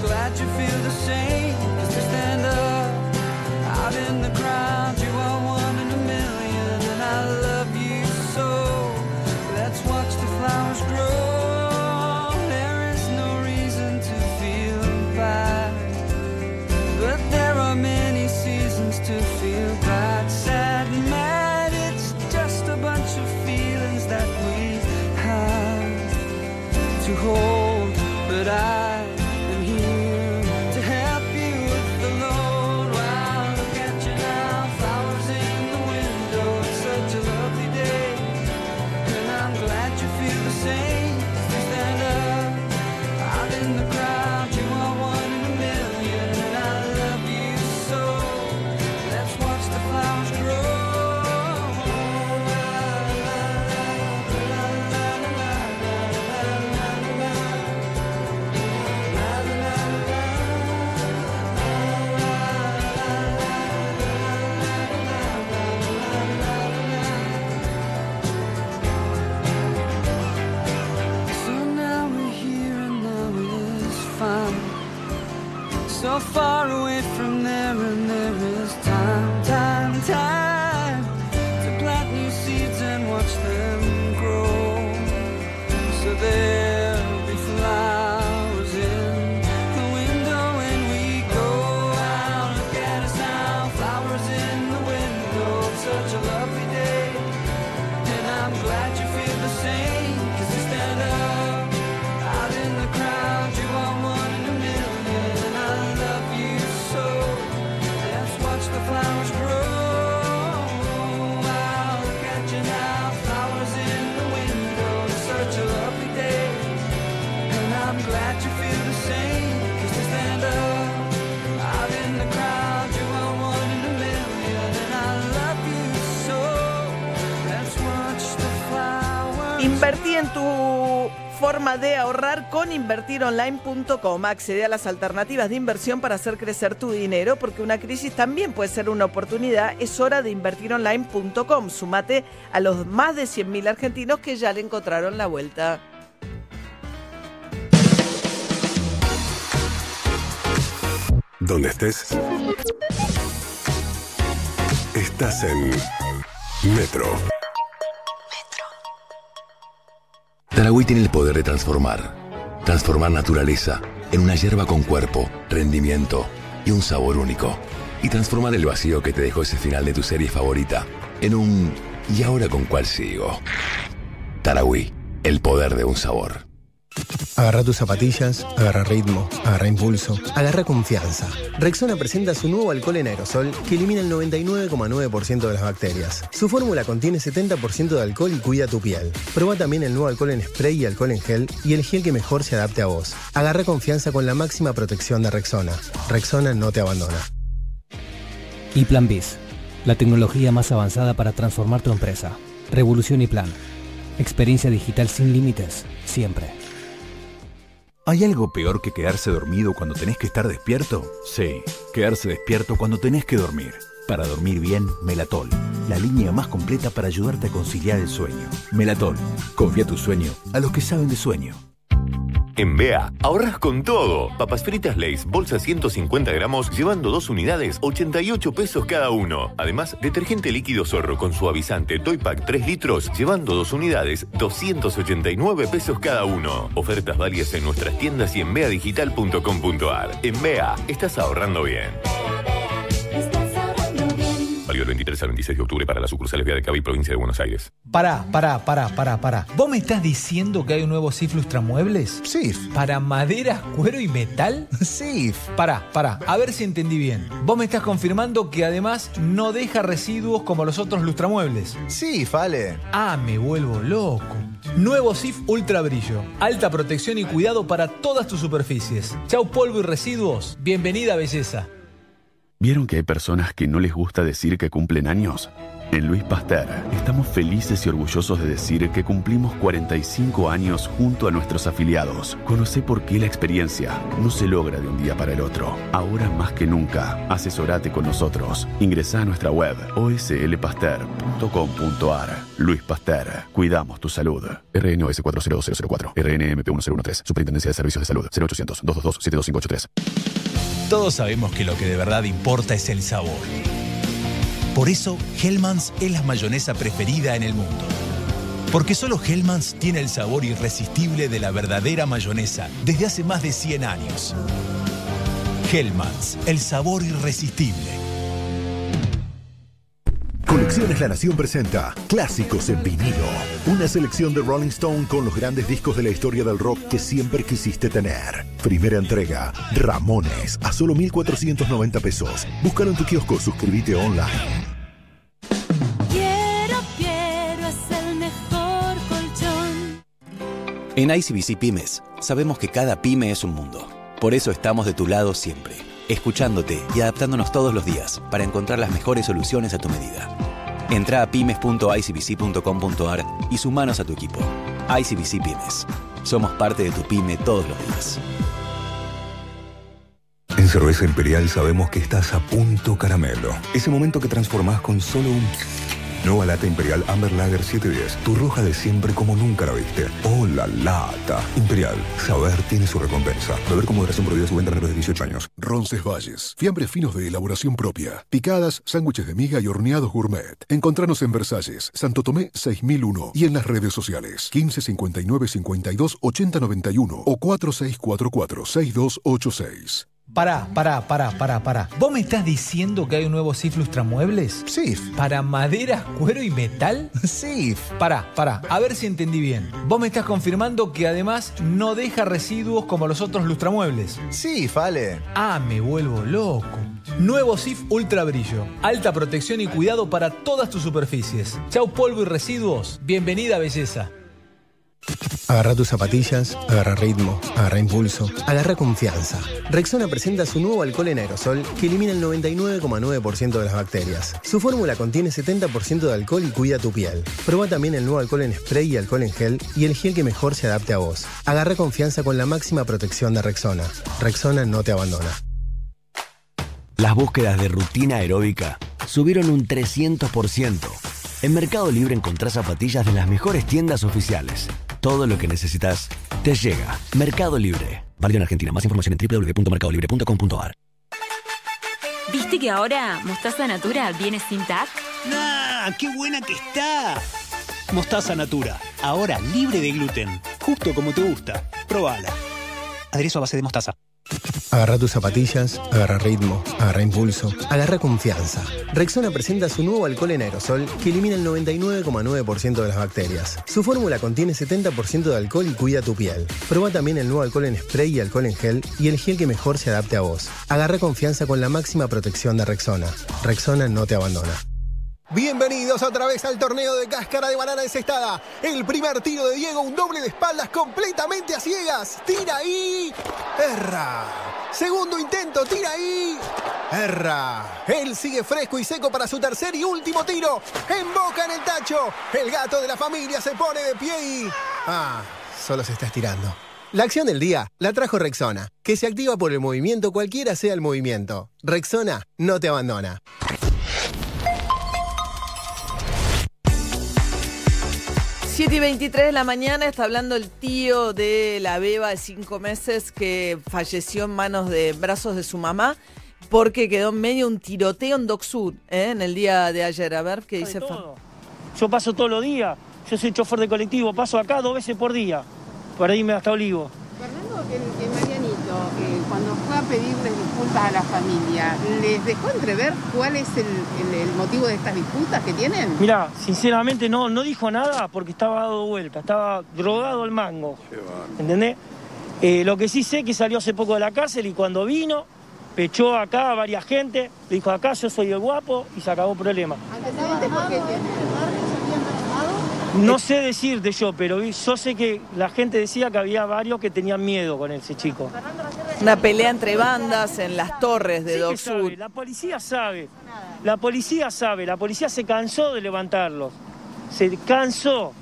glad you feel the same. 'Cause to stand up out in the crowd, you are one in a million, and I love you so. Let's watch the flowers grow. There is no reason to feel bad, but there are many seasons to feel bad, sad, mad. It's just a bunch of feelings that we have to hold, but I am here to help you with the load. Wow, look at you now, flowers in the window. It's such a lovely day, and I'm glad you feel the same. You stand up out in the crowd, you are one in a million, and I love you so. Let's watch the flowers grow. So now we're here and now is fine. So far away from there, and there is time, time, time to plant new seeds and watch them grow. So there'll be flowers in the window when we go out. Look at us now, flowers in the window. It's such a lovely day, and I'm glad you feel the same. 'Cause you stand up out in the crowd, you are one in a million, and I love you so. Let's watch the flowers grow. Wow, look at you now, flowers in the window. It's such a lovely day, and I'm glad you feel the same. 'Cause you stand up out in the crowd, you are one in a million, and I love you so. Let's watch the flowers. Invertí en tu forma de ahorrar con invertironline.com. Accede a las alternativas de inversión para hacer crecer tu dinero, porque una crisis también puede ser una oportunidad. Es hora de invertironline.com. Sumate a los más de 100.000 argentinos que ya le encontraron la vuelta. Donde estés, estás en Metro. Tarahui tiene el poder de transformar naturaleza en una hierba con cuerpo, rendimiento y un sabor único. Y transformar el vacío que te dejó ese final de tu serie favorita en un ¿y ahora con cuál sigo? Tarahui, el poder de un sabor. Agarra tus zapatillas, agarra ritmo, agarra impulso, agarra confianza. Rexona presenta su nuevo alcohol en aerosol que elimina el 99,9% de las bacterias. Su fórmula contiene 70% de alcohol y cuida tu piel. Proba también el nuevo alcohol en spray y alcohol en gel y el gel que mejor se adapte a vos. Agarra confianza con la máxima protección de Rexona. Rexona no te abandona. Y Plan Biz, la tecnología más avanzada para transformar tu empresa. Revolución y Plan. Experiencia digital sin límites, siempre. ¿Hay algo peor que quedarse dormido cuando tenés que estar despierto? Sí, quedarse despierto cuando tenés que dormir. Para dormir bien, Melatol, la línea más completa para ayudarte a conciliar el sueño. Melatol, confía tu sueño a los que saben de sueño. En BEA, ahorras con todo. Papas fritas Lay's, bolsa 150 gramos, llevando 2 unidades, 88 pesos cada uno. Además, detergente líquido Zorro con suavizante Toy Pack 3 litros, llevando 2 unidades, 289 pesos cada uno. Ofertas válidas en nuestras tiendas y en beadigital.com.ar. En BEA, estás ahorrando bien. Válido del 23 al 26 de octubre para las sucursales BEA de Cava y Provincia de Buenos Aires. Pará. ¿Vos me estás diciendo que hay un nuevo SIF Lustramuebles? SIF. ¿Para maderas, cuero y metal? SIF. Pará. A ver si entendí bien. Vos me estás confirmando que además no deja residuos como los otros lustramuebles. SIF, Ale. Ah, me vuelvo loco. Nuevo SIF Ultra Brillo. Alta protección y cuidado para todas tus superficies. Chau polvo y residuos. Bienvenida belleza. ¿Vieron que hay personas que no les gusta decir que cumplen años? En Luis Pasteur estamos felices y orgullosos de decir que cumplimos 45 años junto a nuestros afiliados. Conocé por qué la experiencia no se logra de un día para el otro. Ahora más que nunca, asesorate con nosotros. Ingresá a nuestra web oslpasteur.com.ar. Luis Pasteur, cuidamos tu salud. RNOS 40004, RNMP 1013, Superintendencia de Servicios de Salud, 0800-222-72583. Todos sabemos que lo que de verdad importa es el sabor. Por eso, Hellmann's es la mayonesa preferida en el mundo. Porque solo Hellmann's tiene el sabor irresistible de la verdadera mayonesa desde hace más de 100 años. Hellmann's, el sabor irresistible. Colecciones La Nación presenta Clásicos en vinilo. Una selección de Rolling Stone con los grandes discos de la historia del rock que siempre quisiste tener. Primera entrega, Ramones, a solo 1.490 pesos. Búscalo en tu kiosco, suscríbete online. Quiero, es el mejor colchón. En ICBC Pymes, sabemos que cada pyme es un mundo. Por eso estamos de tu lado siempre, escuchándote y adaptándonos todos los días para encontrar las mejores soluciones a tu medida. Entra a pymes.icbc.com.ar y sumanos a tu equipo. ICBC Pymes. Somos parte de tu pyme todos los días. En Cerveza Imperial sabemos que estás a punto caramelo. Ese momento que transformás con solo un... Nueva lata Imperial Amber Lager 710. Tu roja de siempre como nunca la viste. ¡Oh, la lata! Imperial. Saber tiene su recompensa. Beber con moderación, prohibida su venta a menores de 18 años. Roncesvalles. Fiambres finos de elaboración propia. Picadas, sándwiches de miga y horneados gourmet. Encontranos en Versalles, Santo Tomé 6001 y en las redes sociales 15 59 52 80 91 o 4644 6286. Pará. ¿Vos me estás diciendo que hay un nuevo SIF Lustramuebles? SIF. ¿Para maderas, cuero y metal? SIF. Pará. A ver si entendí bien. Vos me estás confirmando que además no deja residuos como los otros Lustramuebles. SIF, Ale. Ah, me vuelvo loco. Nuevo SIF Ultra Brillo. Alta protección y cuidado para todas tus superficies. Chau polvo y residuos. Bienvenida belleza. Agarra tus zapatillas, agarra ritmo, agarra impulso, agarra confianza. Rexona presenta su nuevo alcohol en aerosol que elimina el 99,9% de las bacterias. Su fórmula contiene 70% de alcohol y cuida tu piel. Proba también el nuevo alcohol en spray y alcohol en gel y el gel que mejor se adapte a vos. Agarra confianza con la máxima protección de Rexona. Rexona no te abandona. Las búsquedas de rutina aeróbica subieron un 300%. En Mercado Libre encontrás zapatillas de las mejores tiendas oficiales. Todo lo que necesitas te llega. Mercado Libre. Válido en Argentina. Más información en www.mercadolibre.com.ar. ¿Viste que ahora Mostaza Natura viene sin TAC? ¡Nah! ¡Qué buena que está! Mostaza Natura. Ahora libre de gluten. Justo como te gusta. Probala. Aderezo a base de mostaza. Agarra tus zapatillas, agarra ritmo, agarra impulso, agarra confianza. Rexona presenta su nuevo alcohol en aerosol que elimina el 99,9% de las bacterias. Su fórmula contiene 70% de alcohol y cuida tu piel. Proba también el nuevo alcohol en spray y alcohol en gel y el gel que mejor se adapte a vos. Agarra confianza con la máxima protección de Rexona. Rexona no te abandona. Bienvenidos otra vez al torneo de cáscara de banana encestada. El primer tiro de Diego, un doble de espaldas completamente a ciegas. Tira ahí. Erra. Segundo intento, tira ahí. Erra. Él sigue fresco y seco para su tercer y último tiro. Emboca en el tacho. El gato de la familia se pone de pie y... solo se está estirando. La acción del día la trajo Rexona, que se activa por el movimiento cualquiera sea el movimiento. Rexona no te abandona. 7:23 de la mañana está hablando el tío de la beba de 5 meses que falleció en brazos de su mamá porque quedó en medio de un tiroteo en Dock Sud, en el día de ayer. A ver qué dice. Yo paso todos los días, yo soy chofer de colectivo, paso acá 2 veces por día para irme hasta Olivo. Fernando, que Marianito, cuando fue a pedirles disculpas a la familia, ¿les dejó entrever cuál es el motivo de estas disputas que tienen? Mirá, sinceramente no dijo nada porque estaba dado vuelta, estaba drogado el mango. ¿Entendés? Lo que sí sé es que salió hace poco de la cárcel y cuando vino, pechó acá a varias gente, le dijo acá yo soy el guapo y se acabó el problema. ¿Antecedentes por qué tiene? No sé decirte yo, pero yo sé que la gente decía que había varios que tenían miedo con ese chico. Una pelea entre bandas en las torres de Dock Sud. La policía sabe, la policía se cansó de levantarlos. Se cansó,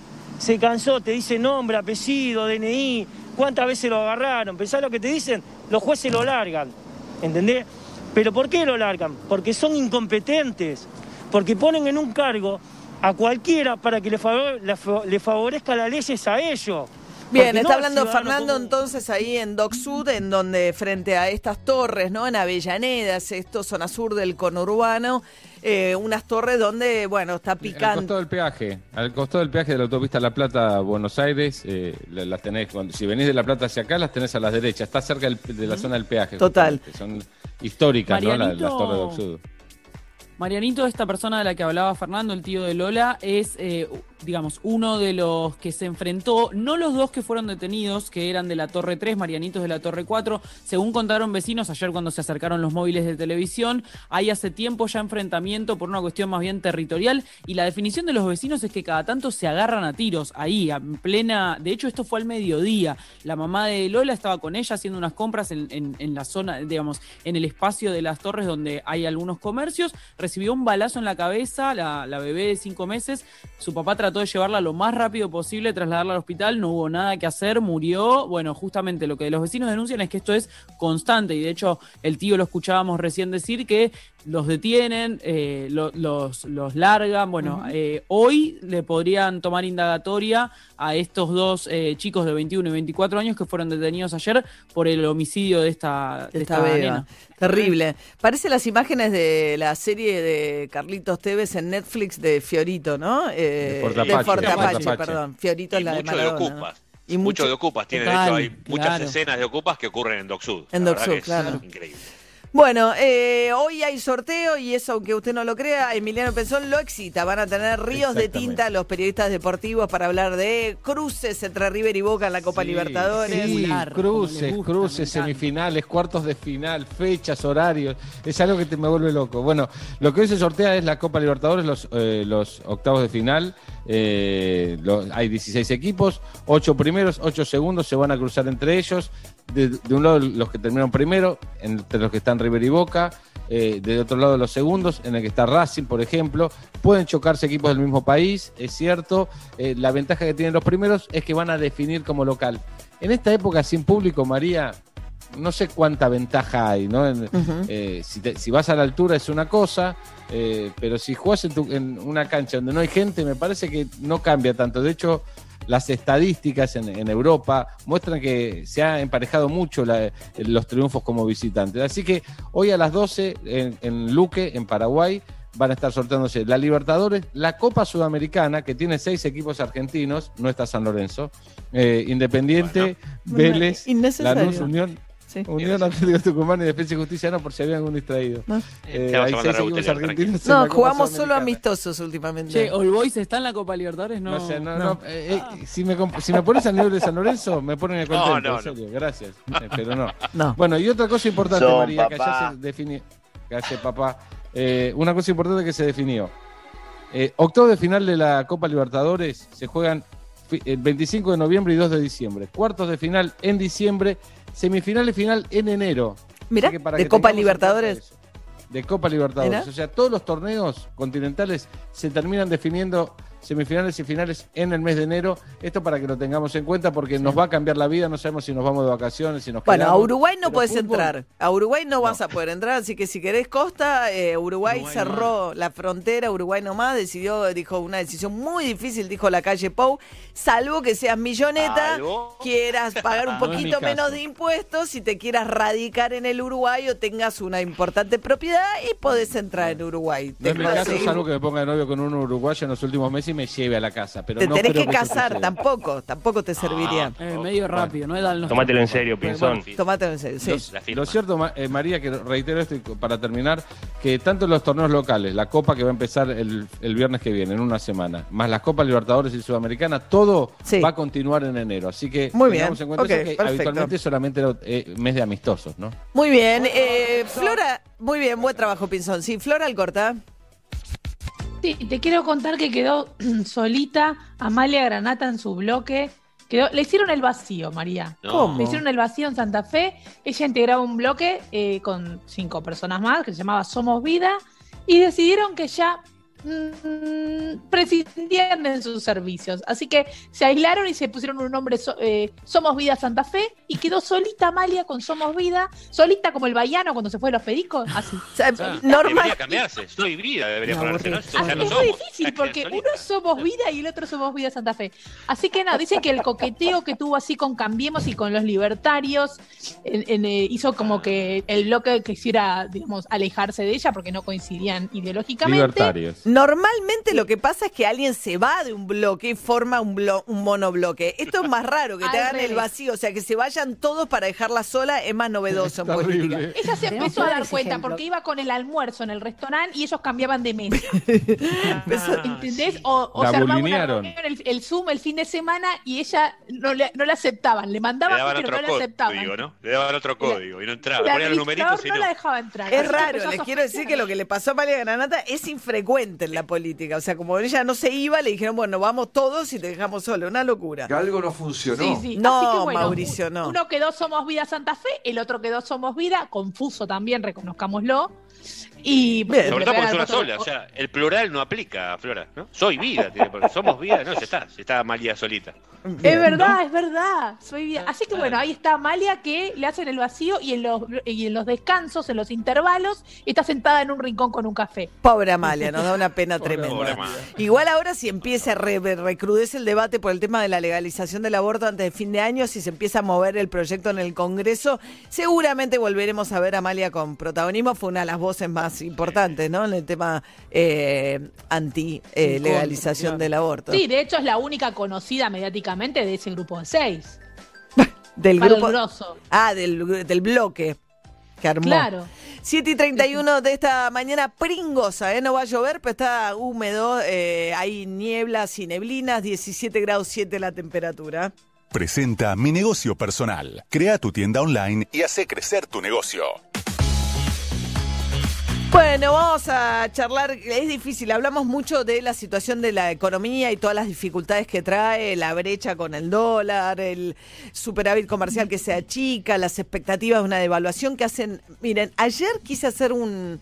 te dice nombre, apellido, DNI, cuántas veces lo agarraron. ¿Pensás lo que te dicen? Los jueces lo largan, ¿entendés? ¿Pero por qué lo largan? Porque son incompetentes, porque ponen en un cargo a cualquiera para que le favorezca las leyes a ellos. Bien, está hablando Fernando entonces ahí en Dock Sud, en donde frente a estas torres, ¿no? En Avellaneda, esto zona sur del conurbano, unas torres donde, bueno, está picante. Al costado del peaje de la autopista La Plata Buenos Aires, las tenés, si venís de La Plata hacia acá, las tenés a la derecha, está cerca de la zona del peaje. Total. Son históricas, ¿no? Las torres de Dock Sud. Marianito, esta persona de la que hablaba Fernando, el tío de Lola, es, digamos, uno de los que se enfrentó, no los dos que fueron detenidos, que eran de la Torre 3, Marianitos de la Torre 4, según contaron vecinos ayer cuando se acercaron los móviles de televisión, hay hace tiempo ya enfrentamiento por una cuestión más bien territorial, y la definición de los vecinos es que cada tanto se agarran a tiros, ahí, en plena, de hecho esto fue al mediodía, la mamá de Lola estaba con ella haciendo unas compras en la zona, digamos, en el espacio de las torres donde hay algunos comercios, recibió un balazo en la cabeza, la bebé de 5 meses, su papá trató de llevarla lo más rápido posible, trasladarla al hospital, no hubo nada que hacer, murió. Bueno, justamente lo que los vecinos denuncian es que esto es constante y de hecho el tío lo escuchábamos recién decir que los detienen, los largan. Bueno, hoy le podrían tomar indagatoria a estos dos chicos de 21 y 24 años que fueron detenidos ayer por el homicidio de esta nena. Terrible. Parece las imágenes de la serie de Carlitos Tevez en Netflix de Fiorito, ¿no? De Fortapache, perdón. Fiorito es la de Maradona. Y mucho de Ocupas. Tiene, de hecho, hay muchas escenas de Ocupas que ocurren en Dock Sud. En Dock Sud, claro. Increíble. Bueno, hoy hay sorteo y eso, aunque usted no lo crea, Emiliano Penzón lo excita. Van a tener ríos de tinta los periodistas deportivos para hablar de cruces entre River y Boca en la Copa Libertadores. Sí, cruces, semifinales, cuartos de final, fechas, horarios. Es algo que me vuelve loco. Bueno, lo que hoy se sortea es la Copa Libertadores, los octavos de final. Hay 16 equipos, 8 primeros, 8 segundos se van a cruzar entre ellos. De un lado los que terminaron primero, entre los que están River y Boca, de otro lado los segundos, en el que está Racing, por ejemplo. Pueden chocarse equipos del mismo país, es cierto. La ventaja que tienen los primeros es que van a definir como local. En esta época sin público, María, no sé cuánta ventaja hay, ¿no? Si vas a la altura es una cosa, pero si jugás en una cancha donde no hay gente, me parece que no cambia tanto. De hecho, las estadísticas en Europa muestran que se ha emparejado mucho los triunfos como visitantes. Así que hoy a las 12 en Luque, en Paraguay, van a estar sorteándose la Libertadores, la Copa Sudamericana, que tiene 6 equipos argentinos, no está San Lorenzo, Independiente, Vélez, Lanús, Unión Atlético Tucumán y Defensa y Justicia, no, por si había algún distraído. Hay 6 equipos argentinos. No, jugamos solo amistosos últimamente. Che, ¿All Boys está en la Copa Libertadores? No sé, si me pones al nivel de San Lorenzo, me ponen contento, en serio, gracias. Pero no. Bueno, y otra cosa importante, María, que ya se definió. Gracias, papá. Una cosa importante que se definió. Octavos de final de la Copa Libertadores se juegan el 25 de noviembre y 2 de diciembre. Cuartos de final en diciembre. Semifinal y final en enero. Mira, de Copa Libertadores. De Copa Libertadores. O sea, todos los torneos continentales se terminan definiendo semifinales y finales en el mes de enero. Esto para que lo tengamos en cuenta porque nos va a cambiar la vida. No sabemos si nos vamos de vacaciones, si nos quedamos. Bueno, a Uruguay no podés entrar. A Uruguay no vas a poder entrar. Así que si querés costa, Uruguay cerró la frontera. Uruguay nomás dijo una decisión muy difícil, dijo la calle Pou. Salvo que seas milloneta, quieras pagar un poquito menos de impuestos, si te quieras radicar en el Uruguay o tengas una importante propiedad y podés entrar en Uruguay. No es mi caso, salvo que me ponga de novio con un uruguayo en los últimos meses y me lleve a la casa. Pero te no tenés que casar, tampoco te serviría. Medio rápido, ¿no? Tómatelo en serio, Pinzón. Tómatelo en serio, sí. Lo cierto, María, que reitero esto para terminar, que tanto los torneos locales, la Copa que va a empezar el viernes que viene, en una semana, más las Copas Libertadores y Sudamericana, todo va a continuar en enero. Así que tengamos en cuenta que habitualmente solamente era mes de amistosos, ¿no? Muy bien. Flora, muy bien, buen trabajo, Pinzón. Sí, Flora Alcorta. Sí, te quiero contar que quedó solita Amalia Granata en su bloque. Le hicieron el vacío, María. ¿Cómo? Le hicieron el vacío en Santa Fe. Ella integraba un bloque con 5 personas más que se llamaba Somos Vida y decidieron que ya prescindían de sus servicios. Así que se aislaron y se pusieron un nombre Somos Vida Santa Fe y quedó solita Amalia con Somos Vida, solita como el Baiano cuando se fue de los Pericos, así. Debería cambiarse, Soy Vida, debería ponerse, ¿no? Ya no Es somos. muy difícil porque uno es Somos Vida y el otro Somos Vida Santa Fe. Así que nada, dicen que el coqueteo que tuvo así con Cambiemos y con los libertarios hizo como que el bloque quisiera, digamos, alejarse de ella porque no coincidían ideológicamente. Libertarios. Normalmente lo que pasa es que alguien se va de un bloque y forma un monobloque. Esto es más raro, que te hagan el vacío, o sea, que se vayan todos para dejarla sola es más novedoso en política. Ella se empezó a dar cuenta porque iba con el almuerzo en el restaurante y ellos cambiaban de mesa. ¿Entendés? O La se armaba una bulinearon. reunión, el Zoom el fin de semana y ella no le aceptaban. Le mandaban, Le daban pero otro no le aceptaban. código, ¿no? Le daban otro código y no entraba. El Ponían los numeritos y no no. la dejaba entrar. Es Así que raro, empezó a les quiero decir que lo que le pasó a Amalia Granata es infrecuente en la política. O sea, como ella no se iba, le dijeron, bueno, vamos todos y te dejamos solo. Una locura. Que algo no funcionó. Sí. No, Así que, bueno, Mauricio, no. Uno quedó Somos Vida Santa Fe, el otro quedó Somos Vida, confuso también, reconozcámoslo. Y Sobre todo porque es una sola, o sea, el plural no aplica, Flora, ¿no? Soy Vida, tiene, porque Somos Vida, no, ya está Amalia solita. Es verdad, soy Vida. Así que bueno, ahí está Amalia que le hacen el vacío y en los descansos, en los intervalos, está sentada en un rincón con un café. Pobre Amalia, nos da una pena tremenda. Pobre Amalia. Igual ahora si empieza a recrudece el debate por el tema de la legalización del aborto antes de fin de año, si se empieza a mover el proyecto en el Congreso, seguramente volveremos a ver a Amalia con protagonismo. Fue una de las voces más importantes, ¿no? En el tema anti-legalización del aborto. Sí, de hecho es la única conocida mediáticamente de ese grupo de 6. Del Para grupo. el grosso. Del bloque que armó. Claro. 7:31 de esta mañana pringosa, no va a llover, pero está húmedo, hay nieblas y neblinas, 17 grados 7 la temperatura. Presenta Mi Negocio Personal. Crea tu tienda online y hace crecer tu negocio. Bueno, vamos a charlar, es difícil, hablamos mucho de la situación de la economía y todas las dificultades que trae, la brecha con el dólar, el superávit comercial que se achica, las expectativas de una devaluación que hacen. Miren, ayer quise hacer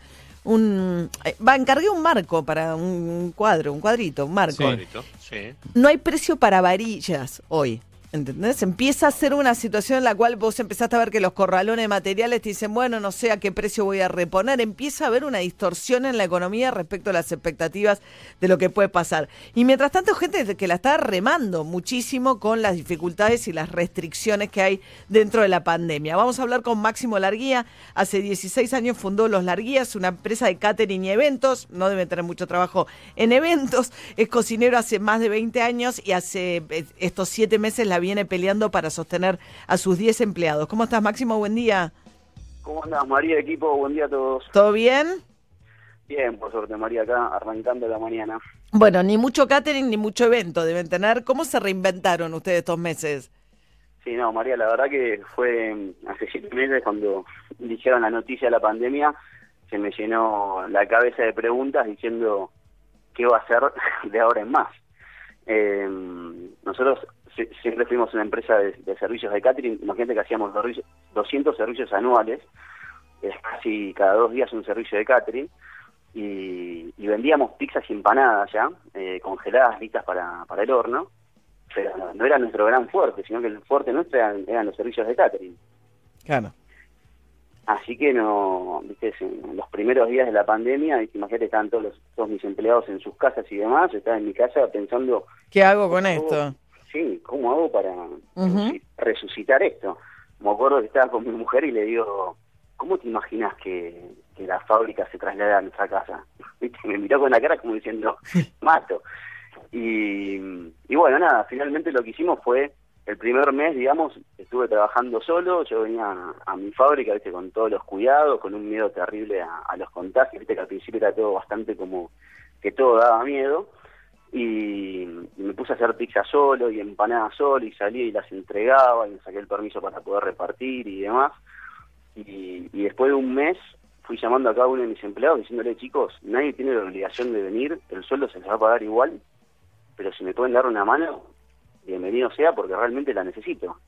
encargué un marco para un cuadrito, un marco. Sí. No hay precio para varillas hoy. ¿Entendés? Empieza a ser una situación en la cual vos empezaste a ver que los corralones de materiales te dicen, bueno, no sé a qué precio voy a reponer. Empieza a haber una distorsión en la economía respecto a las expectativas de lo que puede pasar. Y mientras tanto, gente que la está remando muchísimo con las dificultades y las restricciones que hay dentro de la pandemia. Vamos a hablar con Máximo Larguía. Hace 16 años fundó Los Larguías, una empresa de catering y eventos. No debe tener mucho trabajo en eventos. Es cocinero hace más de 20 años y hace estos 7 meses la viene peleando para sostener a sus 10 empleados. ¿Cómo estás, Máximo? Buen día. ¿Cómo andás, María, equipo? Buen día a todos. ¿Todo bien? Bien, por suerte, María, acá arrancando la mañana. Bueno, ni mucho catering ni mucho evento deben tener. ¿Cómo se reinventaron ustedes estos meses? Sí, no, María, la verdad que fue hace 7 meses cuando dijeron la noticia de la pandemia, se me llenó la cabeza de preguntas diciendo qué va a hacer de ahora en más. Nosotros siempre fuimos una empresa de servicios de catering. Imagínate que hacíamos 200 servicios anuales, casi cada 2 días un servicio de catering, y vendíamos pizzas y empanadas ya, congeladas, listas para el horno, pero no era nuestro gran fuerte, sino que el fuerte nuestro eran los servicios de catering. Claro. Así que no, viste, en los primeros días de la pandemia, imagínate, estaban todos mis empleados en sus casas y demás, yo estaba en mi casa pensando... ¿Qué hago con esto? Sí, ¿cómo hago para resucitar esto? Me acuerdo que estaba con mi mujer y le digo, ¿cómo te imaginas que la fábrica se traslada a nuestra casa? ¿Viste? Me miró con la cara como diciendo, mato. Y bueno, nada, finalmente lo que hicimos fue, el primer mes, digamos, estuve trabajando solo, yo venía a mi fábrica, viste, con todos los cuidados, con un miedo terrible a los contagios, viste, que al principio era todo bastante como que todo daba miedo. Y me puse a hacer pizza solo y empanadas solo y salía y las entregaba y me saqué el permiso para poder repartir y demás. Y después de un mes fui llamando a cada uno de mis empleados diciéndole, chicos, nadie tiene la obligación de venir, el sueldo se les va a pagar igual, pero si me pueden dar una mano, bienvenido sea, porque realmente la necesito.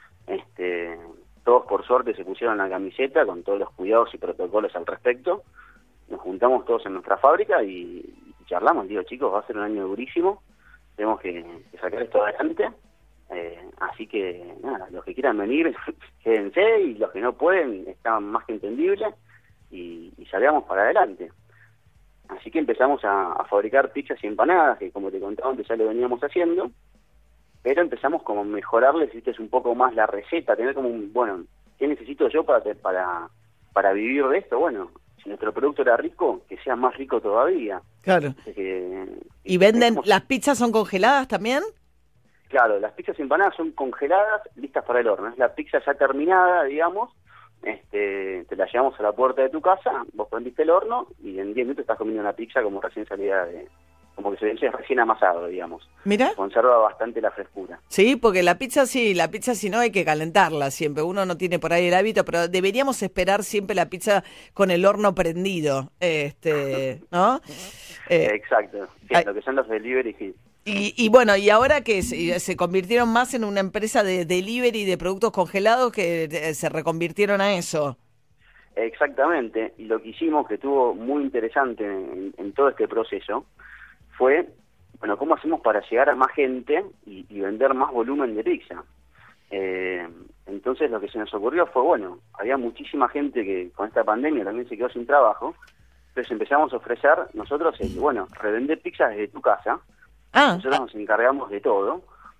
Todos por suerte se pusieron la camiseta con todos los cuidados y protocolos al respecto. Nos juntamos todos en nuestra fábrica y charlamos. Digo, chicos, va a ser un año durísimo, tenemos que sacar esto adelante. Así que, nada, los que quieran venir, quédense, y los que no pueden, está más que entendible, y salgamos para adelante. Así que empezamos a fabricar pizzas y empanadas, que como te contaba antes ya lo veníamos haciendo, pero empezamos como a mejorarles, viste, un poco más la receta, tener como bueno, ¿qué necesito yo para vivir de esto? Bueno, si nuestro producto era rico, que sea más rico todavía. Claro. ¿Y venden, las pizzas son congeladas también? Claro, las pizzas y empanadas son congeladas, listas para el horno. Es la pizza ya terminada, digamos, te la llevamos a la puerta de tu casa, vos prendiste el horno y en 10 minutos estás comiendo una pizza como recién salida como que se dice recién amasado, digamos. Mira. Conserva bastante la frescura. Sí, porque la pizza si no hay que calentarla siempre. Uno no tiene por ahí el hábito, pero deberíamos esperar siempre la pizza con el horno prendido, ¿no? Exacto, sí, lo que son los delivery, sí. Y bueno, y ahora que se convirtieron más en una empresa de delivery de productos congelados, que se reconvirtieron a eso. Exactamente, y lo que hicimos, que estuvo muy interesante en todo este proceso, fue, bueno, ¿cómo hacemos para llegar a más gente y vender más volumen de pizza? Entonces lo que se nos ocurrió fue, bueno, había muchísima gente que con esta pandemia también se quedó sin trabajo, entonces empezamos a ofrecer nosotros, revender pizzas desde tu casa. Nosotros nos encargamos de todo.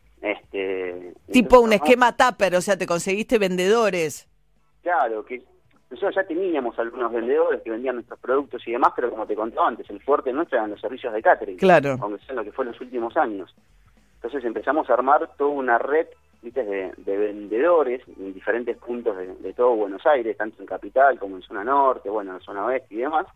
Tipo un esquema tupper, o sea, te conseguiste vendedores. Claro, que nosotros ya teníamos algunos vendedores que vendían nuestros productos y demás, pero como te contaba antes, el fuerte nuestro eran los servicios de catering. Claro. Aunque sea lo que fue en los últimos años. Entonces empezamos a armar toda una red, ¿viste? de vendedores en diferentes puntos de todo Buenos Aires, tanto en Capital como en zona norte, bueno, en zona oeste y demás.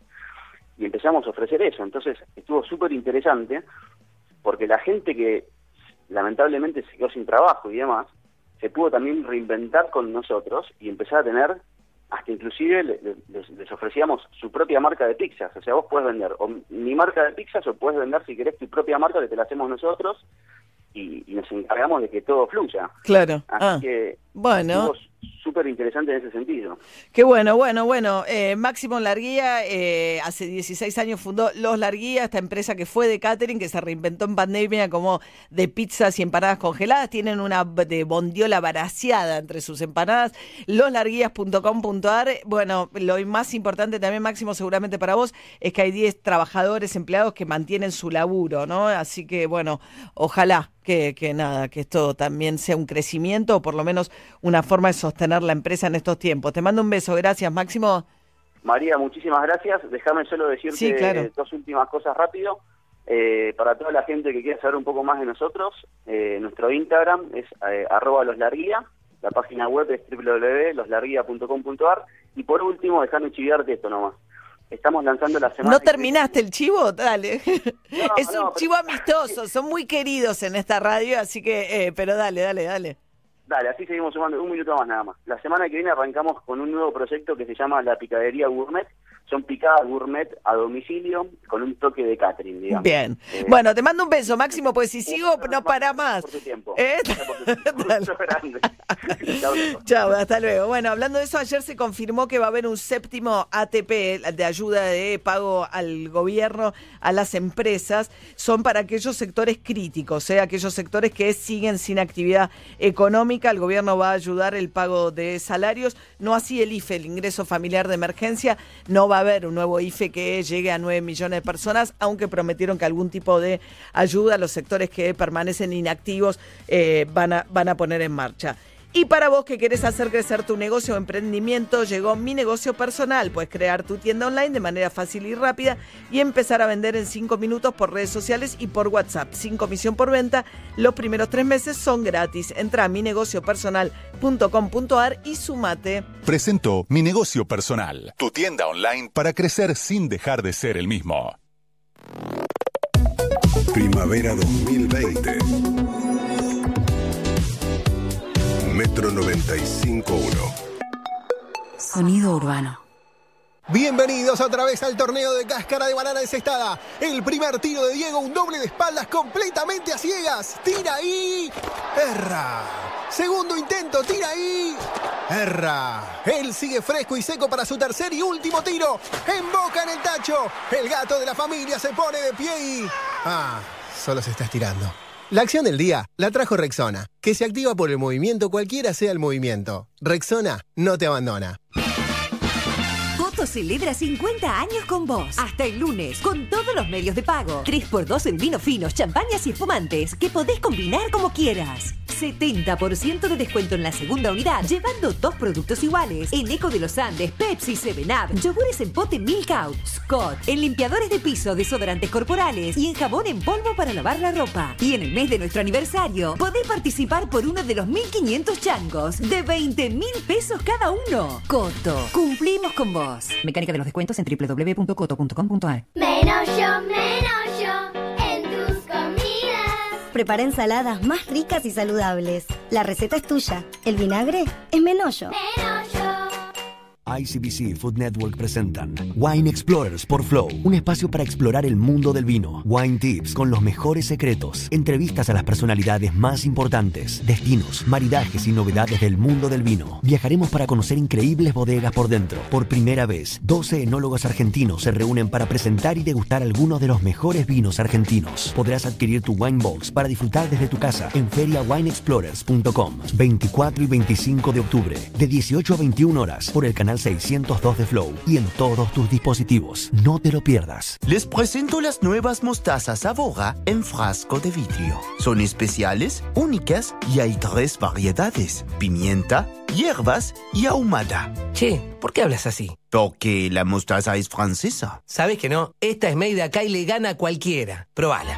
Y empezamos a ofrecer eso. Entonces estuvo súper interesante, porque la gente que lamentablemente se quedó sin trabajo y demás, se pudo también reinventar con nosotros y empezar a tener, hasta inclusive les ofrecíamos su propia marca de pizzas. O sea, vos podés vender o mi marca de pizzas o podés vender, si querés, tu propia marca, que te la hacemos nosotros y nos encargamos de que todo fluya. Claro. Así que bueno, súper interesante en ese sentido. Qué bueno. Máximo Larguía, hace 16 años fundó Los Larguía, esta empresa que fue de catering, que se reinventó en pandemia como de pizzas y empanadas congeladas. Tienen una de bondiola braseada entre sus empanadas. loslarguías.com.ar. Bueno, lo más importante también, Máximo, seguramente para vos, es que hay 10 trabajadores, empleados que mantienen su laburo, ¿no? Así que, bueno, ojalá que esto también sea un crecimiento, o por lo menos una forma de sostener la empresa en estos tiempos. Te mando un beso. Gracias, Máximo. María, muchísimas gracias. Déjame solo decirte dos últimas cosas rápido. Para toda la gente que quiera saber un poco más de nosotros, nuestro Instagram es @loslarguía, la página web es www.loslarguía.com.ar, y por último, déjame chiviarte esto nomás. Estamos lanzando la semana... ¿No terminaste el chivo? Dale. Es un chivo amistoso, son muy queridos en esta radio, así que, pero dale. Dale, así seguimos sumando, un minuto más nada más. La semana que viene arrancamos con un nuevo proyecto que se llama La Picadería Gourmet. Son picadas gourmet a domicilio con un toque de catering, digamos. Bien. Bueno, te mando un beso, Máximo, pues si sigo no para más. Por tu tiempo. Chao, hasta luego. Bueno, hablando de eso, ayer se confirmó que va a haber un 7º ATP de ayuda de pago al gobierno, a las empresas. Son para aquellos sectores críticos, aquellos sectores que siguen sin actividad económica. El gobierno va a ayudar el pago de salarios, no así el IFE, el ingreso familiar de emergencia. No va a haber un nuevo IFE que llegue a 9 millones de personas, aunque prometieron que algún tipo de ayuda a los sectores que permanecen inactivos van a poner en marcha. Y para vos que querés hacer crecer tu negocio o emprendimiento, llegó Mi Negocio Personal. Puedes crear tu tienda online de manera fácil y rápida y empezar a vender en 5 minutos por redes sociales y por WhatsApp, sin comisión por venta. Los primeros 3 meses son gratis. Entra a minegociopersonal.com.ar y sumate. Presentó Mi Negocio Personal, tu tienda online para crecer sin dejar de ser el mismo. Primavera 2020. Metro 95.1. Sonido urbano. Bienvenidos otra vez al torneo de cáscara de banana desestada. El primer tiro de Diego, un doble de espaldas completamente a ciegas. Tira ahí. Erra. Segundo intento, tira ahí. Erra. Él sigue fresco y seco para su tercer y último tiro. Emboca en el tacho. El gato de la familia se pone de pie y... solo se está estirando. La acción del día la trajo Rexona, que se activa por el movimiento cualquiera sea el movimiento. Rexona no te abandona. Coto celebra 50 años con vos. Hasta el lunes, con todos los medios de pago. 3x2 en vinos finos, champañas y espumantes, que podés combinar como quieras. 70% de descuento en la segunda unidad, llevando 2 productos iguales. En Eco de los Andes, Pepsi, 7up, yogures en pote Milk Out, Scott, en limpiadores de piso, desodorantes corporales y en jabón en polvo para lavar la ropa. Y en el mes de nuestro aniversario, podés participar por uno de los 1.500 changos de 20.000 pesos cada uno. Coto, cumplimos con vos. Mecánica de los descuentos en www.coto.com.ar. Menos yo en tus comidas. Prepara ensaladas más ricas y saludables. La receta es tuya. El vinagre es Menollo. ICBC Food Network presentan Wine Explorers por Flow, un espacio para explorar el mundo del vino. Wine Tips con los mejores secretos, entrevistas a las personalidades más importantes, destinos, maridajes y novedades del mundo del vino. Viajaremos para conocer increíbles bodegas por dentro. Por primera vez, 12 enólogos argentinos se reúnen para presentar y degustar algunos de los mejores vinos argentinos. Podrás adquirir tu Wine Box para disfrutar desde tu casa en feriawineexplorers.com. 24 y 25 de octubre, de 18 a 21 horas, por el canal 602 de Flow y en todos tus dispositivos. No te lo pierdas. Les presento las nuevas mostazas Avora en frasco de vidrio. Son especiales, únicas y hay 3 variedades: pimienta, hierbas y ahumada. Che, ¿por qué hablas así? Porque la mostaza es francesa. ¿Sabes que no? Esta es made de acá y le gana a cualquiera. Probala.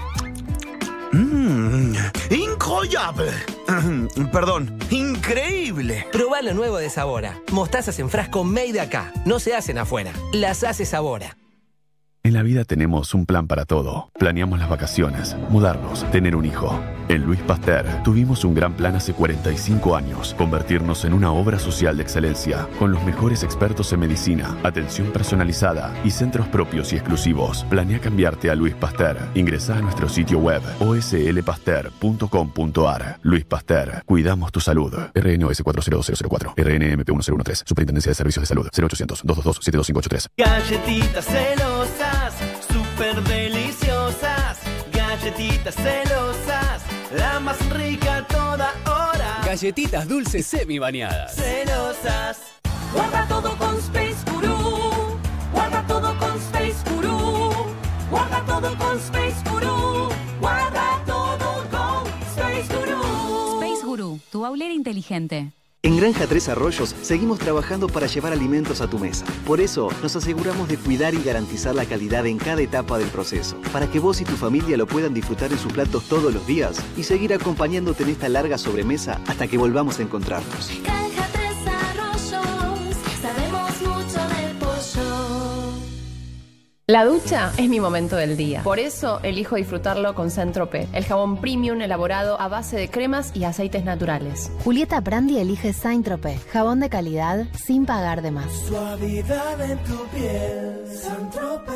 ¡Incroyable! Perdón, increíble. Probá lo nuevo de Sabora. Mostazas en frasco made de acá. No se hacen afuera. Las hace Sabora. En la vida tenemos un plan para todo. Planeamos las vacaciones, mudarnos, tener un hijo. En Louis Pasteur tuvimos un gran plan hace 45 años. Convertirnos en una obra social de excelencia, con los mejores expertos en medicina, atención personalizada y centros propios y exclusivos. Planea cambiarte a Louis Pasteur. Ingresá a nuestro sitio web oslpasteur.com.ar. Louis Pasteur. Cuidamos tu salud. RNOS 402004. RNMP 1013. Superintendencia de Servicios de Salud. 0800-222-72583. Galletitas celosas, súper deliciosas. Galletitas celosas, la más rica a toda hora. Galletitas dulces semi-bañadas. Celosas. Guarda todo con Space Guru. Guarda todo con Space Guru. Guarda todo con Space Guru. Guarda todo con Space Guru. Space Guru, tu aulera inteligente. En Granja Tres Arroyos seguimos trabajando para llevar alimentos a tu mesa. Por eso nos aseguramos de cuidar y garantizar la calidad en cada etapa del proceso, para que vos y tu familia lo puedan disfrutar en sus platos todos los días y seguir acompañándote en esta larga sobremesa hasta que volvamos a encontrarnos. Granja Tres Arroyos, sabemos mucho del pollo. La ducha es mi momento del día. Por eso elijo disfrutarlo con Saint-Tropez, el jabón premium elaborado a base de cremas y aceites naturales. Julieta Prandi elige Saint-Tropez, jabón de calidad sin pagar de más. Suavidad en tu piel, Saint-Tropez.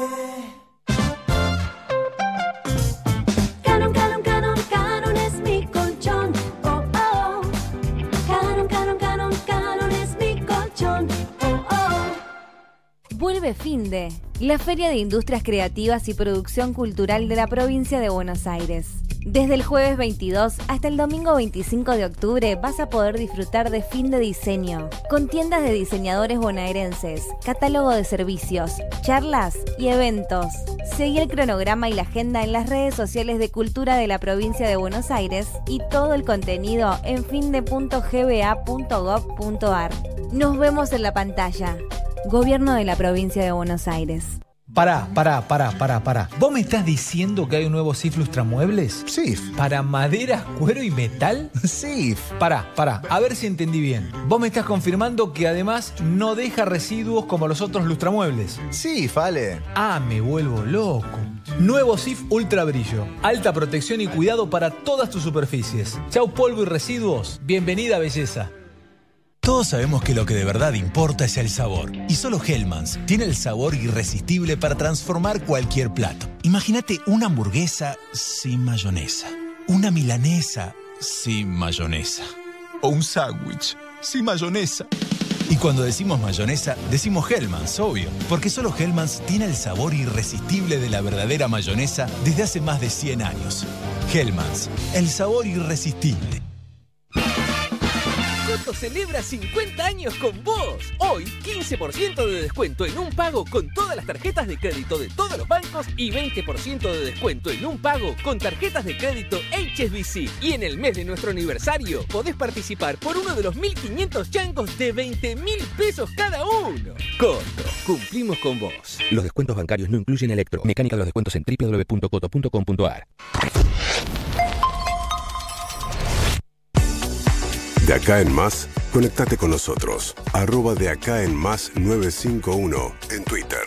Canon, Canon, Canon, Canon es mi colchón. Oh, oh. Canon, Canon, Canon, Canon es mi colchón. Oh, oh. Vuelve Finde, la Feria de Industrias Creativas y Producción Cultural de la provincia de Buenos Aires. Desde el jueves 22 hasta el domingo 25 de octubre vas a poder disfrutar de Finde Diseño, con tiendas de diseñadores bonaerenses, catálogo de servicios, charlas y eventos. Seguí el cronograma y la agenda en las redes sociales de Cultura de la provincia de Buenos Aires y todo el contenido en finde.gba.gov.ar. Nos vemos en la pantalla. Gobierno de la provincia de Buenos Aires. Pará. ¿Vos me estás diciendo que hay un nuevo SIF Lustramuebles? SIF. ¿Para maderas, cuero y metal? SIF. Pará. A ver si entendí bien. Vos me estás confirmando que además no deja residuos como los otros lustramuebles. SIF, Ale. Ah, me vuelvo loco. Nuevo SIF Ultra Brillo. Alta protección y cuidado para todas tus superficies. Chau polvo y residuos. Bienvenida belleza. Todos sabemos que lo que de verdad importa es el sabor. Y solo Hellmann's tiene el sabor irresistible para transformar cualquier plato. Imagínate una hamburguesa sin mayonesa. Una milanesa sin mayonesa. O un sándwich sin mayonesa. Y cuando decimos mayonesa, decimos Hellmann's, obvio. Porque solo Hellmann's tiene el sabor irresistible de la verdadera mayonesa desde hace más de 100 años. Hellmann's, el sabor irresistible. Coto celebra 50 años con vos. Hoy, 15% de descuento en un pago con todas las tarjetas de crédito de todos los bancos y 20% de descuento en un pago con tarjetas de crédito HSBC. Y en el mes de nuestro aniversario, podés participar por uno de los 1.500 changos de 20.000 pesos cada uno. Coto, cumplimos con vos. Los descuentos bancarios no incluyen electro. Mecánica de los descuentos en www.coto.com.ar. De acá en más, conéctate con nosotros. @de acá en más 951 en Twitter.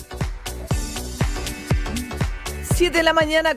7 de la mañana,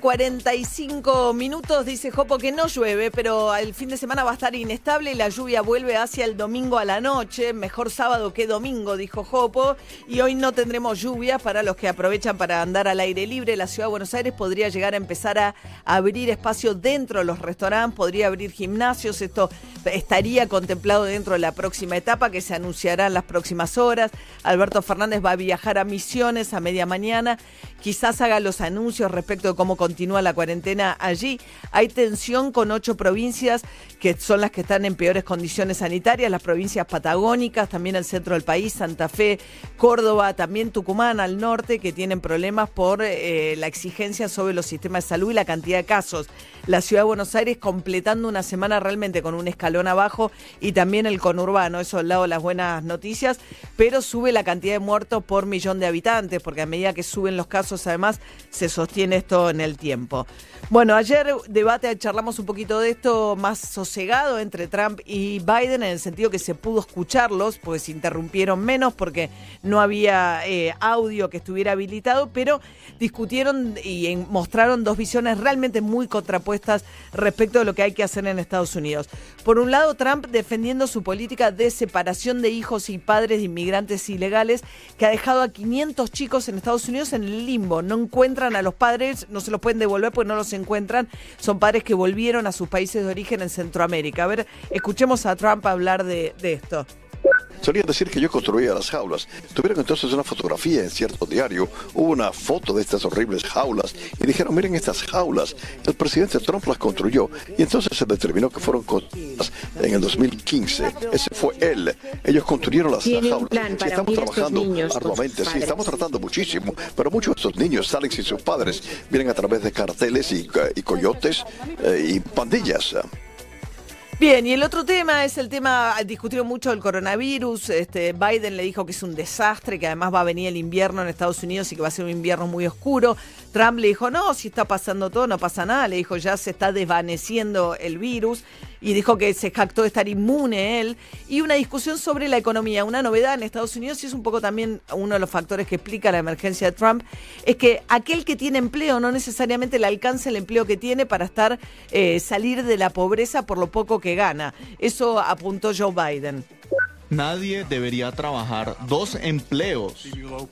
45 minutos, dice Jopo que no llueve, pero el fin de semana va a estar inestable y la lluvia vuelve hacia el domingo a la noche. Mejor sábado que domingo, dijo Jopo. Y hoy no tendremos lluvia para los que aprovechan para andar al aire libre. La ciudad de Buenos Aires podría llegar a empezar a abrir espacio dentro de los restaurantes, podría abrir gimnasios. Esto estaría contemplado dentro de la próxima etapa que se anunciará en las próximas horas. Alberto Fernández va a viajar a Misiones a media mañana. Quizás haga los anuncios respecto de cómo continúa la cuarentena allí. Hay tensión con 8 provincias que son las que están en peores condiciones sanitarias, las provincias patagónicas, también el centro del país, Santa Fe, Córdoba, también Tucumán al norte, que tienen problemas por la exigencia sobre los sistemas de salud y la cantidad de casos. La ciudad de Buenos Aires completando una semana realmente con un escalón abajo y también el conurbano, eso al lado de las buenas noticias, pero sube la cantidad de muertos por millón de habitantes, porque a medida que suben los casos además se sostiene esto en el tiempo. Bueno, ayer charlamos un poquito de esto más sosegado entre Trump y Biden, en el sentido que se pudo escucharlos, porque se interrumpieron menos, porque no había audio que estuviera habilitado, pero discutieron y mostraron dos visiones realmente muy contrapuestas respecto de lo que hay que hacer en Estados Unidos. Por un lado, Trump defendiendo su política de separación de hijos y padres de inmigrantes ilegales, que ha dejado a 500 chicos en Estados Unidos en el limbo. No encuentran a los padres, no se los pueden devolver porque no los encuentran. Son padres que volvieron a sus países de origen en Centroamérica. A ver, escuchemos a Trump hablar de esto. Solían decir que yo construía las jaulas. Tuvieron entonces una fotografía en cierto diario, hubo una foto de estas horribles jaulas y dijeron, miren estas jaulas, el presidente Trump las construyó y entonces se determinó que fueron construidas en el 2015. Ese fue él. Ellos construyeron las jaulas. Sí, estamos trabajando arduamente, sí, estamos tratando muchísimo, pero muchos de estos niños salen sin sus padres, vienen a través de carteles y coyotes y pandillas. Bien, y el otro tema es el tema, discutieron mucho el coronavirus. Biden le dijo que es un desastre, que además va a venir el invierno en Estados Unidos y que va a ser un invierno muy oscuro. Trump le dijo, no, si está pasando todo, no pasa nada. Le dijo, ya se está desvaneciendo el virus. Y dijo que se jactó de estar inmune él. Y una discusión sobre la economía. Una novedad en Estados Unidos, y es un poco también uno de los factores que explica la emergencia de Trump, es que aquel que tiene empleo no necesariamente le alcanza el empleo que tiene para salir de la pobreza por lo poco que gana. Eso apuntó Joe Biden. Nadie debería trabajar 2 empleos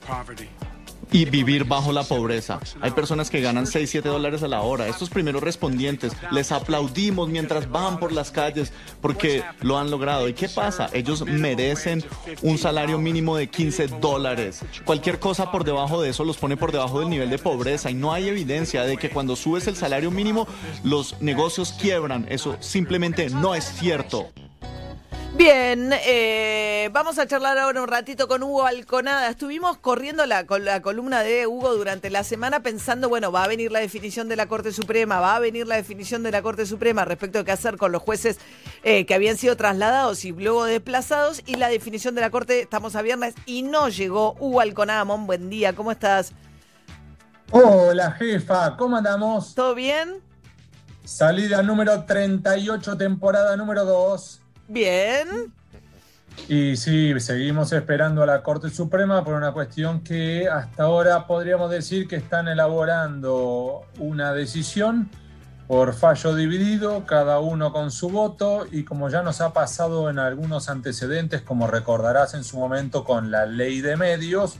y vivir bajo la pobreza. Hay personas que ganan $6-7 a la hora. Estos primeros respondientes, les aplaudimos mientras van por las calles porque lo han logrado. ¿Y qué pasa? Ellos merecen un salario mínimo de $15. Cualquier cosa por debajo de eso los pone por debajo del nivel de pobreza y no hay evidencia de que cuando subes el salario mínimo los negocios quiebran. Eso simplemente no es cierto. Bien, vamos a charlar ahora un ratito con Hugo Alconada. Estuvimos corriendo la columna de Hugo durante la semana pensando, bueno, va a venir la definición de la Corte Suprema, respecto de qué hacer con los jueces que habían sido trasladados y luego desplazados, y la definición de la Corte, estamos a viernes y no llegó. Hugo Alconada, buen día, ¿cómo estás? Hola, jefa, ¿cómo andamos? ¿Todo bien? Salida número 38, temporada número 2. Bien. Y sí, seguimos esperando a la Corte Suprema por una cuestión que hasta ahora podríamos decir que están elaborando una decisión por fallo dividido, cada uno con su voto, y como ya nos ha pasado en algunos antecedentes, como recordarás en su momento con la ley de medios,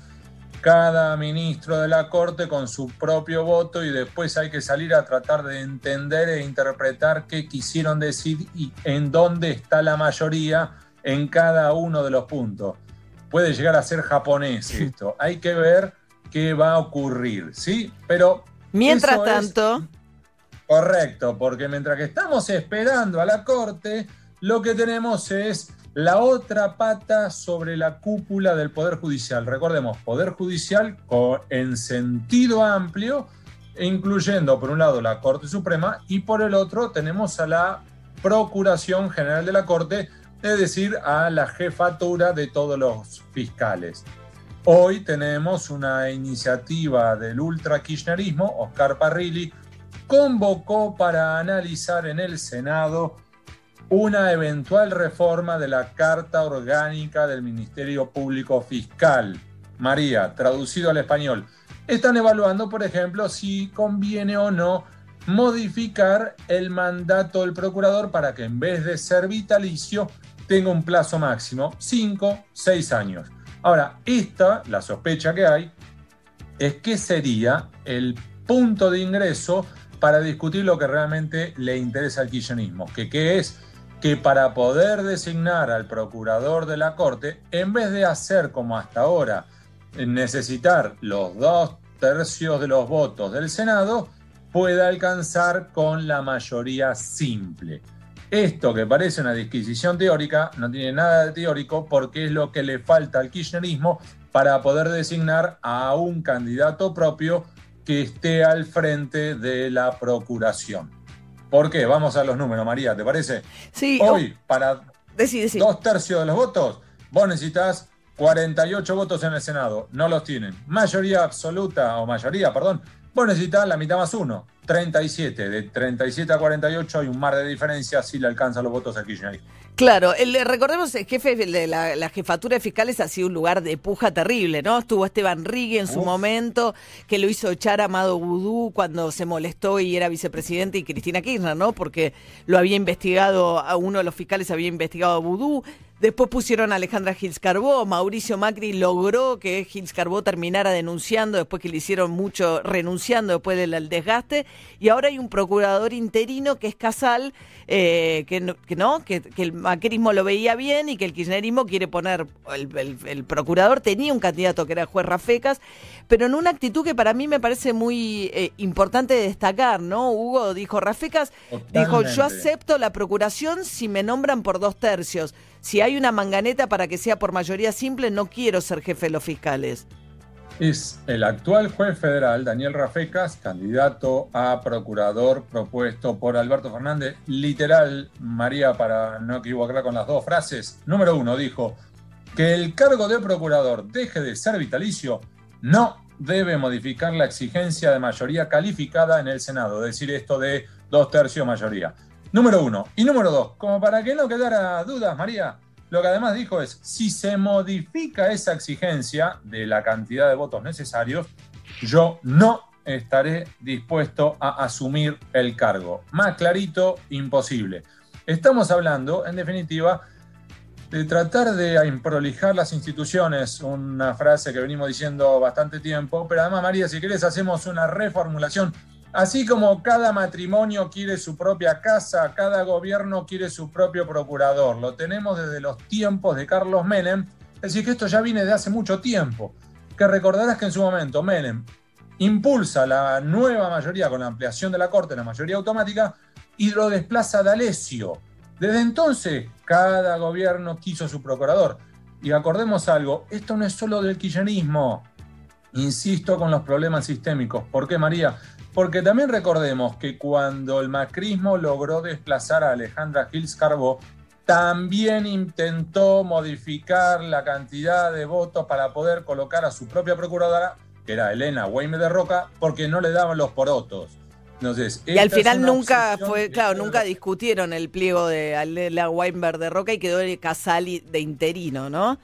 cada ministro de la Corte con su propio voto, y después hay que salir a tratar de entender e interpretar qué quisieron decir y en dónde está la mayoría en cada uno de los puntos. Puede llegar a ser japonés esto. Hay que ver qué va a ocurrir, ¿sí? Pero mientras eso tanto... Correcto, porque mientras que estamos esperando a la Corte, lo que tenemos es la otra pata sobre la cúpula del Poder Judicial. Recordemos, Poder Judicial en sentido amplio, incluyendo por un lado la Corte Suprema y por el otro tenemos a la Procuración General de la Corte, es decir, a la jefatura de todos los fiscales. Hoy tenemos una iniciativa del ultra-kirchnerismo. Oscar Parrilli convocó para analizar en el Senado una eventual reforma de la Carta Orgánica del Ministerio Público Fiscal. María, traducido al español, están evaluando, por ejemplo, si conviene o no modificar el mandato del procurador para que en vez de ser vitalicio tenga un plazo máximo, 5, 6 años. Ahora, la sospecha que hay es que sería el punto de ingreso para discutir lo que realmente le interesa al kirchnerismo, que es que para poder designar al procurador de la Corte, en vez de hacer como hasta ahora, necesitar los 2/3 de los votos del Senado, pueda alcanzar con la mayoría simple. Esto, que parece una disquisición teórica, no tiene nada de teórico, porque es lo que le falta al kirchnerismo para poder designar a un candidato propio que esté al frente de la procuración. ¿Por qué? Vamos a los números, María, ¿te parece? Sí. Hoy, para decí. 2/3 de los votos, vos necesitas 48 votos en el Senado. No los tienen. Mayoría, vos necesitas la mitad más 1, 37. De 37 a 48 hay un mar de diferencia si le alcanzan los votos al kirchnerismo. Claro, recordemos, el jefe de la jefatura de fiscales ha sido un lugar de puja terrible, ¿no? Estuvo Esteban Rigui en su momento, que lo hizo echar a Amado Boudou cuando se molestó y era vicepresidente, y Cristina Kirchner, ¿no? Porque lo había investigado, a uno de los fiscales había investigado a Boudou. Después pusieron a Alejandra Gils Carbó. Mauricio Macri logró que Gils Carbó terminara denunciando después que le hicieron mucho, renunciando después del desgaste. Y ahora hay un procurador interino que es Casal, que el macrismo lo veía bien y que el kirchnerismo quiere poner. El procurador tenía un candidato que era el juez Rafecas, pero en una actitud que para mí me parece muy importante de destacar, ¿no? Hugo dijo, Rafecas dijo, yo acepto la procuración si me nombran por 2/3. Si hay una manganeta para que sea por mayoría simple, no quiero ser jefe de los fiscales. Es el actual juez federal, Daniel Rafecas, candidato a procurador propuesto por Alberto Fernández. Literal, María, para no equivocarla con las dos frases. Número 1, dijo que el cargo de procurador deje de ser vitalicio, no debe modificar la exigencia de mayoría calificada en el Senado, es decir, esto de 2/3 mayoría. Número 1. Y número 2, como para que no quedara dudas, María, lo que además dijo es, si se modifica esa exigencia de la cantidad de votos necesarios, yo no estaré dispuesto a asumir el cargo. Más clarito, imposible. Estamos hablando, en definitiva, de tratar de improlijar las instituciones, una frase que venimos diciendo bastante tiempo, pero además, María, si querés hacemos una reformulación. Así como cada matrimonio quiere su propia casa, cada gobierno quiere su propio procurador. Lo tenemos desde los tiempos de Carlos Menem. Es decir, que esto ya viene de hace mucho tiempo. Que recordarás que en su momento Menem impulsa la nueva mayoría con la ampliación de la Corte, la mayoría automática, y lo desplaza a D'Alessio. Desde entonces, cada gobierno quiso su procurador. Y acordemos algo, esto no es solo del kirchnerismo. Insisto con los problemas sistémicos. ¿Por qué, María? Porque también recordemos que cuando el macrismo logró desplazar a Alejandra Gils Carbó, también intentó modificar la cantidad de votos para poder colocar a su propia procuradora, que era Elena Weimar de Roca, porque no le daban los porotos. Entonces, y al final nunca fue, claro, nunca discutieron el pliego de Elena Weimar de Roca y quedó el Casal de interino, ¿no?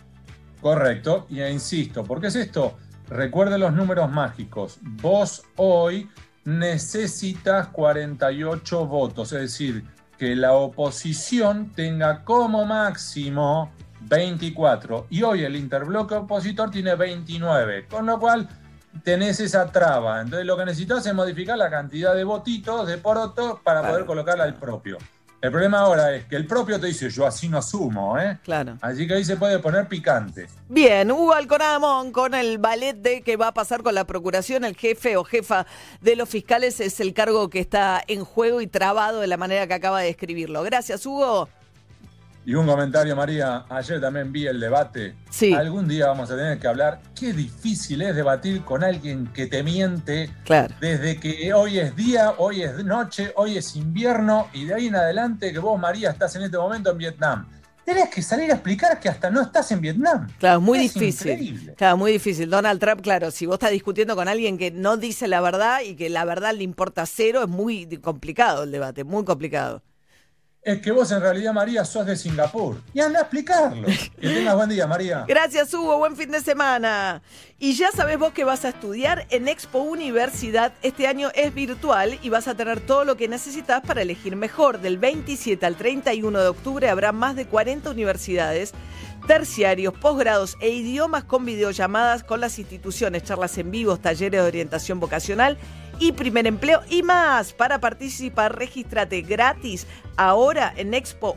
Correcto, y insisto, ¿por qué es esto? Recuerde los números mágicos. Vos hoy necesitas 48 votos, es decir, que la oposición tenga como máximo 24. Y hoy el interbloque opositor tiene 29, con lo cual tenés esa traba. Entonces lo que necesitas es modificar la cantidad de votitos de poroto para poder colocarla al propio. El problema ahora es que el propio te dice, yo así no asumo, ¿eh? Claro. Así que ahí se puede poner picante. Bien, Hugo Alconadamón con el ballet de qué va a pasar con la procuración. El jefe o jefa de los fiscales es el cargo que está en juego y trabado de la manera que acaba de describirlo. Gracias, Hugo. Y un comentario, María. Ayer también vi el debate. Sí. Algún día vamos a tener que hablar. Qué difícil es debatir con alguien que te miente. Claro. Desde que hoy es día, hoy es noche, hoy es invierno. Y de ahí en adelante que vos, María, estás en este momento en Vietnam. Tenés que salir a explicar que hasta no estás en Vietnam. Claro, muy es difícil. Increíble. Claro, muy difícil. Donald Trump, claro, si vos estás discutiendo con alguien que no dice la verdad y que la verdad le importa cero, es muy complicado el debate, muy complicado. Es que vos en realidad, María, sos de Singapur. Y anda a explicarlo. Que tengas buen día, María. Gracias, Hugo. Buen fin de semana. Y ya sabés vos que vas a estudiar en Expo Universidad. Este año es virtual y vas a tener todo lo que necesitas para elegir mejor. Del 27 al 31 de octubre habrá más de 40 universidades, terciarios, posgrados e idiomas con videollamadas con las instituciones, charlas en vivo, talleres de orientación vocacional y primer empleo y más. Para participar, regístrate gratis ahora en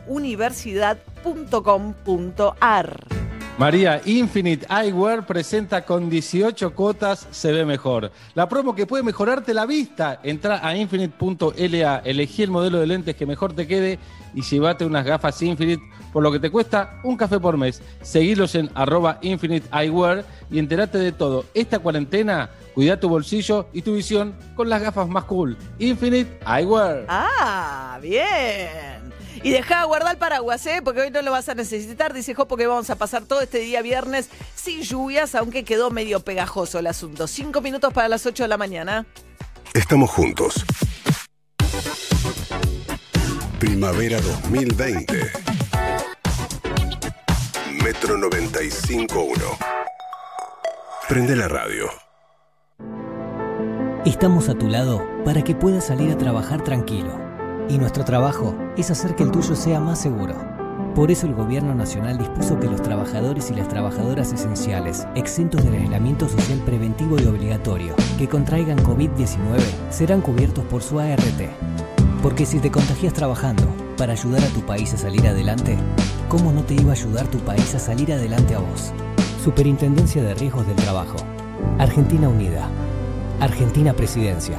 expouniversidad.com.ar. María, Infinite Eyewear presenta con 18 cuotas Se Ve Mejor. La promo que puede mejorarte la vista. Entra a infinite.la, elegí el modelo de lentes que mejor te quede y llévate unas gafas Infinite por lo que te cuesta un café por mes. Seguilos en @Infinite Eyewear y enterate de todo. Esta cuarentena, cuida tu bolsillo y tu visión con las gafas más cool. Infinite Eyewear. Ah, bien. Y dejá guardar el paraguas, porque hoy no lo vas a necesitar. Dice Jopo que vamos a pasar todo este día viernes sin lluvias, aunque quedó medio pegajoso el asunto. 5 minutos para las 8 de la mañana. Estamos juntos. Primavera 2020. Metro 95.1. Prende la radio. Estamos a tu lado para que puedas salir a trabajar tranquilo. Y nuestro trabajo es hacer que el tuyo sea más seguro. Por eso el Gobierno Nacional dispuso que los trabajadores y las trabajadoras esenciales, exentos del aislamiento social preventivo y obligatorio, que contraigan COVID-19, serán cubiertos por su ART. Porque si te contagias trabajando para ayudar a tu país a salir adelante, ¿cómo no te iba a ayudar tu país a salir adelante a vos? Superintendencia de Riesgos del Trabajo. Argentina Unida. Argentina Presidencia.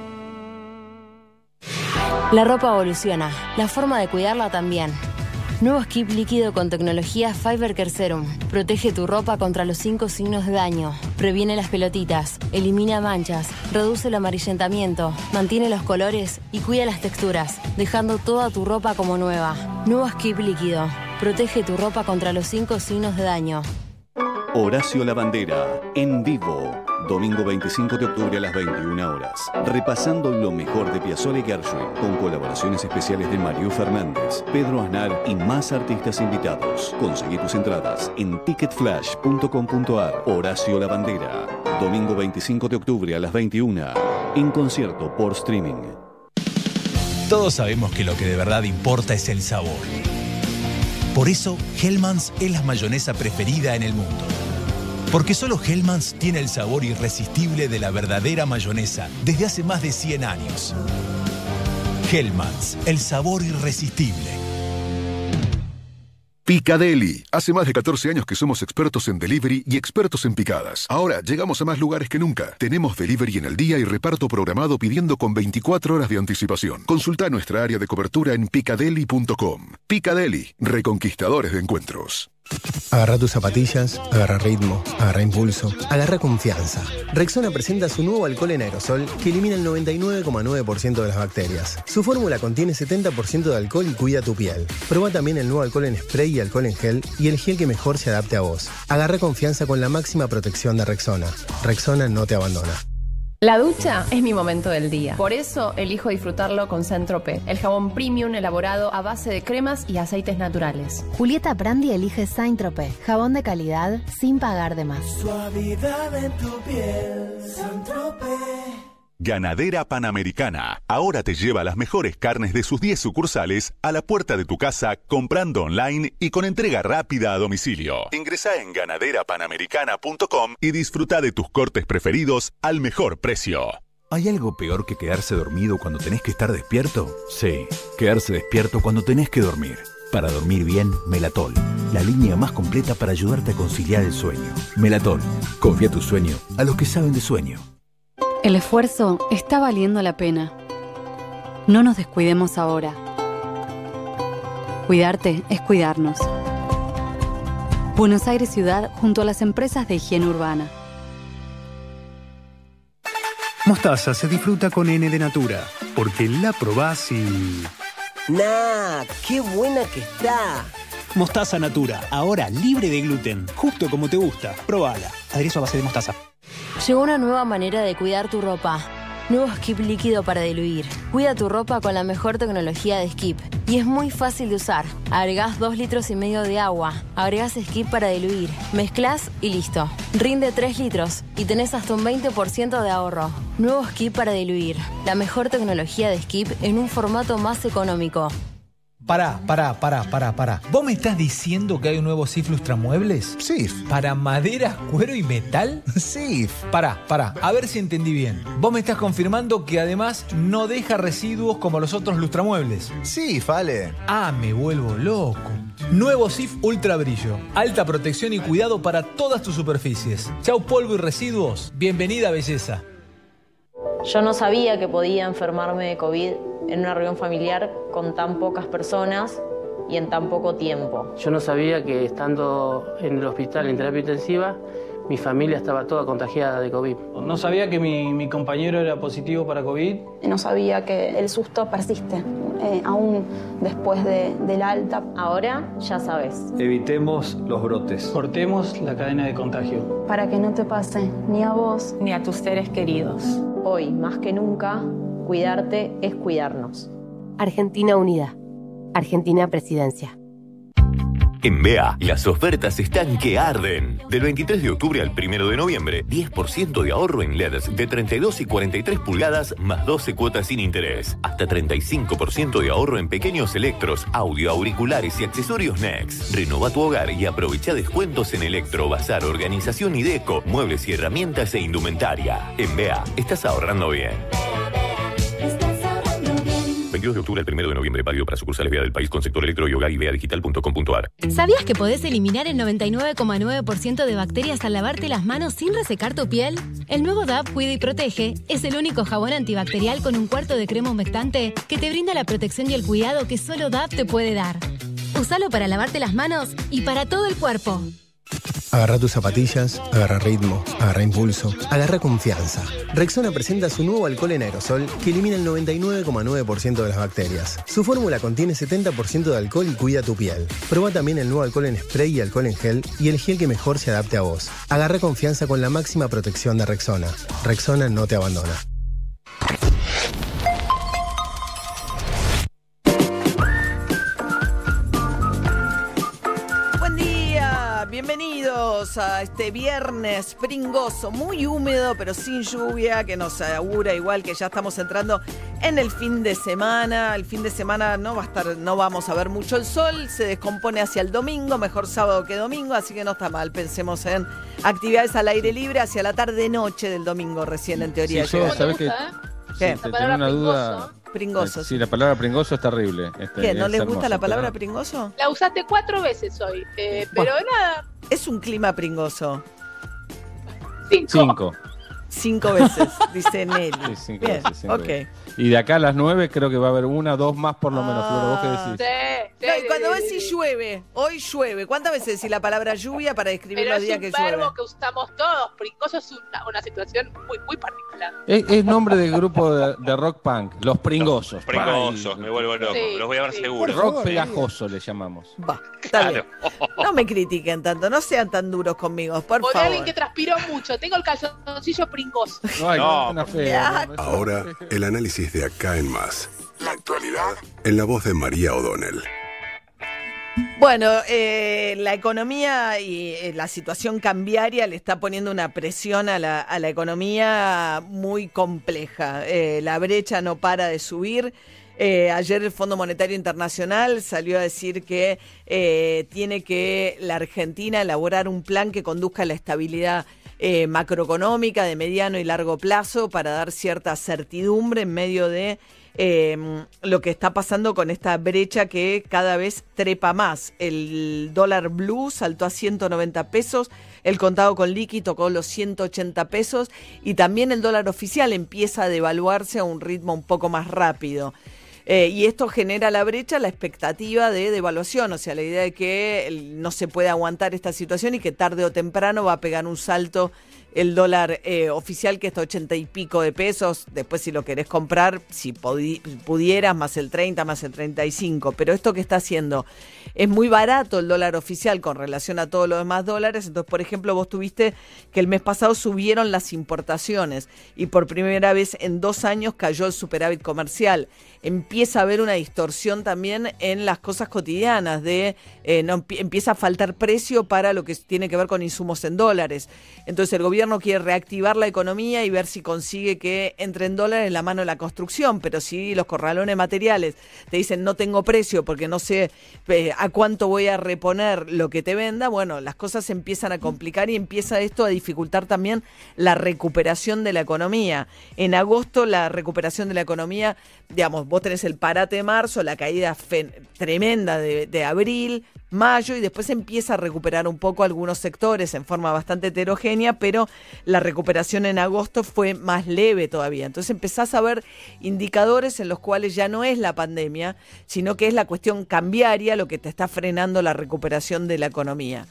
La ropa evoluciona, la forma de cuidarla también. Nuevo Skip líquido con tecnología Fiber Care Serum. Protege tu ropa contra los 5 signos de daño. Previene las pelotitas, elimina manchas, reduce el amarillentamiento, mantiene los colores y cuida las texturas, dejando toda tu ropa como nueva. Nuevo Skip líquido. Protege tu ropa contra los 5 signos de daño. Horacio Lavandera, en vivo. Domingo 25 de octubre a las 21 horas. Repasando lo mejor de Piazzolla y Gershwin, con colaboraciones especiales de Mario Fernández, Pedro Aznar y más artistas invitados. Conseguí tus entradas en ticketflash.com.ar. Horacio Lavandera. Domingo 25 de octubre a las 21. En concierto por streaming. Todos sabemos que lo que de verdad importa es el sabor. Por eso, Hellmann's es la mayonesa preferida en el mundo. Porque solo Hellmann's tiene el sabor irresistible de la verdadera mayonesa desde hace más de 100 años. Hellmann's, el sabor irresistible. Picadeli. Hace más de 14 años que somos expertos en delivery y expertos en picadas. Ahora llegamos a más lugares que nunca. Tenemos delivery en el día y reparto programado pidiendo con 24 horas de anticipación. Consulta nuestra área de cobertura en picadeli.com. Picadeli, reconquistadores de encuentros. Agarra tus zapatillas, agarra ritmo, agarra impulso, agarra confianza. Rexona presenta su nuevo alcohol en aerosol que elimina el 99,9% de las bacterias. Su fórmula contiene 70% de alcohol y cuida tu piel. Proba también el nuevo alcohol en spray y alcohol en gel y el gel que mejor se adapte a vos. Agarra confianza con la máxima protección de Rexona. Rexona no te abandona. La ducha es mi momento del día. Por eso elijo disfrutarlo con Saint-Tropez, el jabón premium elaborado a base de cremas y aceites naturales. Julieta Prandi elige Saint-Tropez, jabón de calidad sin pagar de más. Suavidad en tu piel, Saint-Tropez. Ganadera Panamericana ahora te lleva las mejores carnes de sus 10 sucursales a la puerta de tu casa comprando online y con entrega rápida a domicilio. Ingresá en ganaderaPanamericana.com y disfruta de tus cortes preferidos al mejor precio. ¿Hay algo peor que quedarse dormido cuando tenés que estar despierto? Sí, quedarse despierto cuando tenés que dormir. Para dormir bien, Melatol, la línea más completa para ayudarte a conciliar el sueño. Melatol, confía tu sueño a los que saben de sueño. El esfuerzo está valiendo la pena. No nos descuidemos ahora. Cuidarte es cuidarnos. Buenos Aires Ciudad junto a las empresas de higiene urbana. Mostaza se disfruta con N de Natura, porque la probás y... ¡Nah! ¡Qué buena que está! Mostaza Natura, ahora libre de gluten, justo como te gusta. Probala. Aderezo a base de mostaza. Llegó una nueva manera de cuidar tu ropa. Nuevo Skip líquido para diluir. Cuida tu ropa con la mejor tecnología de Skip. Y es muy fácil de usar. Agregás 2,5 litros de agua. Agregás Skip para diluir. Mezclás y listo. Rinde 3 litros y tenés hasta un 20% de ahorro. Nuevo Skip para diluir. La mejor tecnología de Skip en un formato más económico. Pará. ¿Vos me estás diciendo que hay un nuevo Sif Lustramuebles? Sif. ¿Para madera, cuero y metal? Sif. Pará. A ver si entendí bien. Vos me estás confirmando que además no deja residuos como los otros lustramuebles. Sif, Ale. Ah, me vuelvo loco. Nuevo Sif Ultra Brillo. Alta protección y cuidado para todas tus superficies. Chau polvo y residuos. Bienvenida belleza. Yo no sabía que podía enfermarme de COVID en una reunión familiar con tan pocas personas y en tan poco tiempo. Yo no sabía que estando en el hospital en terapia intensiva, mi familia estaba toda contagiada de COVID. No sabía que mi compañero era positivo para COVID. No sabía que el susto persiste, aún después del alta. Ahora ya sabes. Evitemos los brotes. Cortemos la cadena de contagio. Para que no te pase ni a vos Ni a tus seres queridos. Hoy, más que nunca, cuidarte es cuidarnos. Argentina Unida. Argentina Presidencia. En BEA, las ofertas están que arden. Del 23 de octubre al 1 de noviembre, 10% de ahorro en LEDs de 32 y 43 pulgadas más 12 cuotas sin interés. Hasta 35% de ahorro en pequeños electros, audio, auriculares y accesorios Next. Renova tu hogar y aprovecha descuentos en electro, bazar, organización y deco, muebles y herramientas e indumentaria. En BEA, estás ahorrando bien. 22 de octubre al 1 de noviembre, válido para sucursales BEA del país con sector electro y hogar y beadigital.com.ar. ¿Sabías que podés eliminar el 99,9% de bacterias al lavarte las manos sin resecar tu piel? El nuevo DAP Cuida y Protege es el único jabón antibacterial con un cuarto de crema humectante que te brinda la protección y el cuidado que solo DAP te puede dar. Úsalo para lavarte las manos y para todo el cuerpo. Agarra tus zapatillas, agarra ritmo, agarra impulso, agarra confianza. Rexona presenta su nuevo alcohol en aerosol que elimina el 99,9% de las bacterias. Su fórmula contiene 70% de alcohol y cuida tu piel. Proba también el nuevo alcohol en spray y alcohol en gel y el gel que mejor se adapte a vos. Agarra confianza con la máxima protección de Rexona. Rexona no te abandona. Bienvenidos a este viernes pringoso, muy húmedo pero sin lluvia, que nos augura igual que ya estamos entrando en el fin de semana. El fin de semana no vamos a ver mucho el sol, se descompone hacia el domingo, mejor sábado que domingo, así que no está mal. Pensemos en actividades al aire libre hacia la tarde-noche del domingo recién, en teoría. Sí, ¿sabes qué? ¿Qué? Sí, tengo una duda. Pringoso. Sí, la palabra pringoso es terrible. ¿Qué? ¿No les gusta la palabra pringoso? La usaste 4 veces hoy, pero nada. Es un clima pringoso. 5. 5 veces, dice Nelly. Sí, 5 Bien, veces. ok. Y de acá a las 9 creo que va a haber 1, 2 más por lo menos. Flor, ¿vos qué decís? No, y cuando decís llueve, hoy llueve, ¿cuántas veces decís la palabra lluvia para describir Pero los días que es un llueve? verbo que usamos todos. Pringoso es una situación muy particular. Es nombre del grupo de rock punk, Los Pringosos. Pringosos, me vuelvo loco. Sí, los voy a ver seguro. Rock pegajoso le llamamos. Va, está bien. No me critiquen tanto, no sean tan duros conmigo, por O de favor. alguien que transpiró mucho. Tengo el calzoncillo pringoso. Ahora, el análisis de Acá en Más. La actualidad en la voz de María O'Donnell. Bueno, la economía y la situación cambiaria le está poniendo una presión a la economía muy compleja. La brecha no para de subir. Ayer el Fondo Monetario Internacional salió a decir que tiene que la Argentina elaborar un plan que conduzca a la estabilidad macroeconómica de mediano y largo plazo para dar cierta certidumbre en medio de lo que está pasando con esta brecha que cada vez trepa más. El dólar blue saltó a 190 pesos, el contado con liqui tocó los 180 pesos y también el dólar oficial empieza a devaluarse a un ritmo un poco más rápido. Y esto genera la brecha, la expectativa de devaluación, o sea, la idea de que no se puede aguantar esta situación y que tarde o temprano va a pegar un salto el dólar oficial, que está 80 y pico de pesos. Después, si lo querés comprar, si pudieras, más el 30, más el 35. Pero esto que está haciendo, es muy barato el dólar oficial con relación a todos los demás dólares. Entonces, por ejemplo, vos tuviste que el mes pasado subieron las importaciones y por primera vez en 2 años cayó el superávit comercial. Empieza a haber una distorsión también en las cosas cotidianas, empieza a faltar precio para lo que tiene que ver con insumos en dólares. Entonces el gobierno quiere reactivar la economía y ver si consigue que entre en dólares en la mano de la construcción, pero si los corralones materiales te dicen no tengo precio porque no sé a cuánto voy a reponer lo que te venda, bueno, las cosas se empiezan a complicar y empieza esto a dificultar también la recuperación de la economía. En agosto la recuperación de la economía, digamos, vos tenés el parate de marzo, la caída tremenda de abril, mayo, y después empieza a recuperar un poco algunos sectores en forma bastante heterogénea, pero la recuperación en agosto fue más leve todavía. Entonces empezás a ver indicadores en los cuales ya no es la pandemia, sino que es la cuestión cambiaria lo que te está frenando la recuperación de la economía.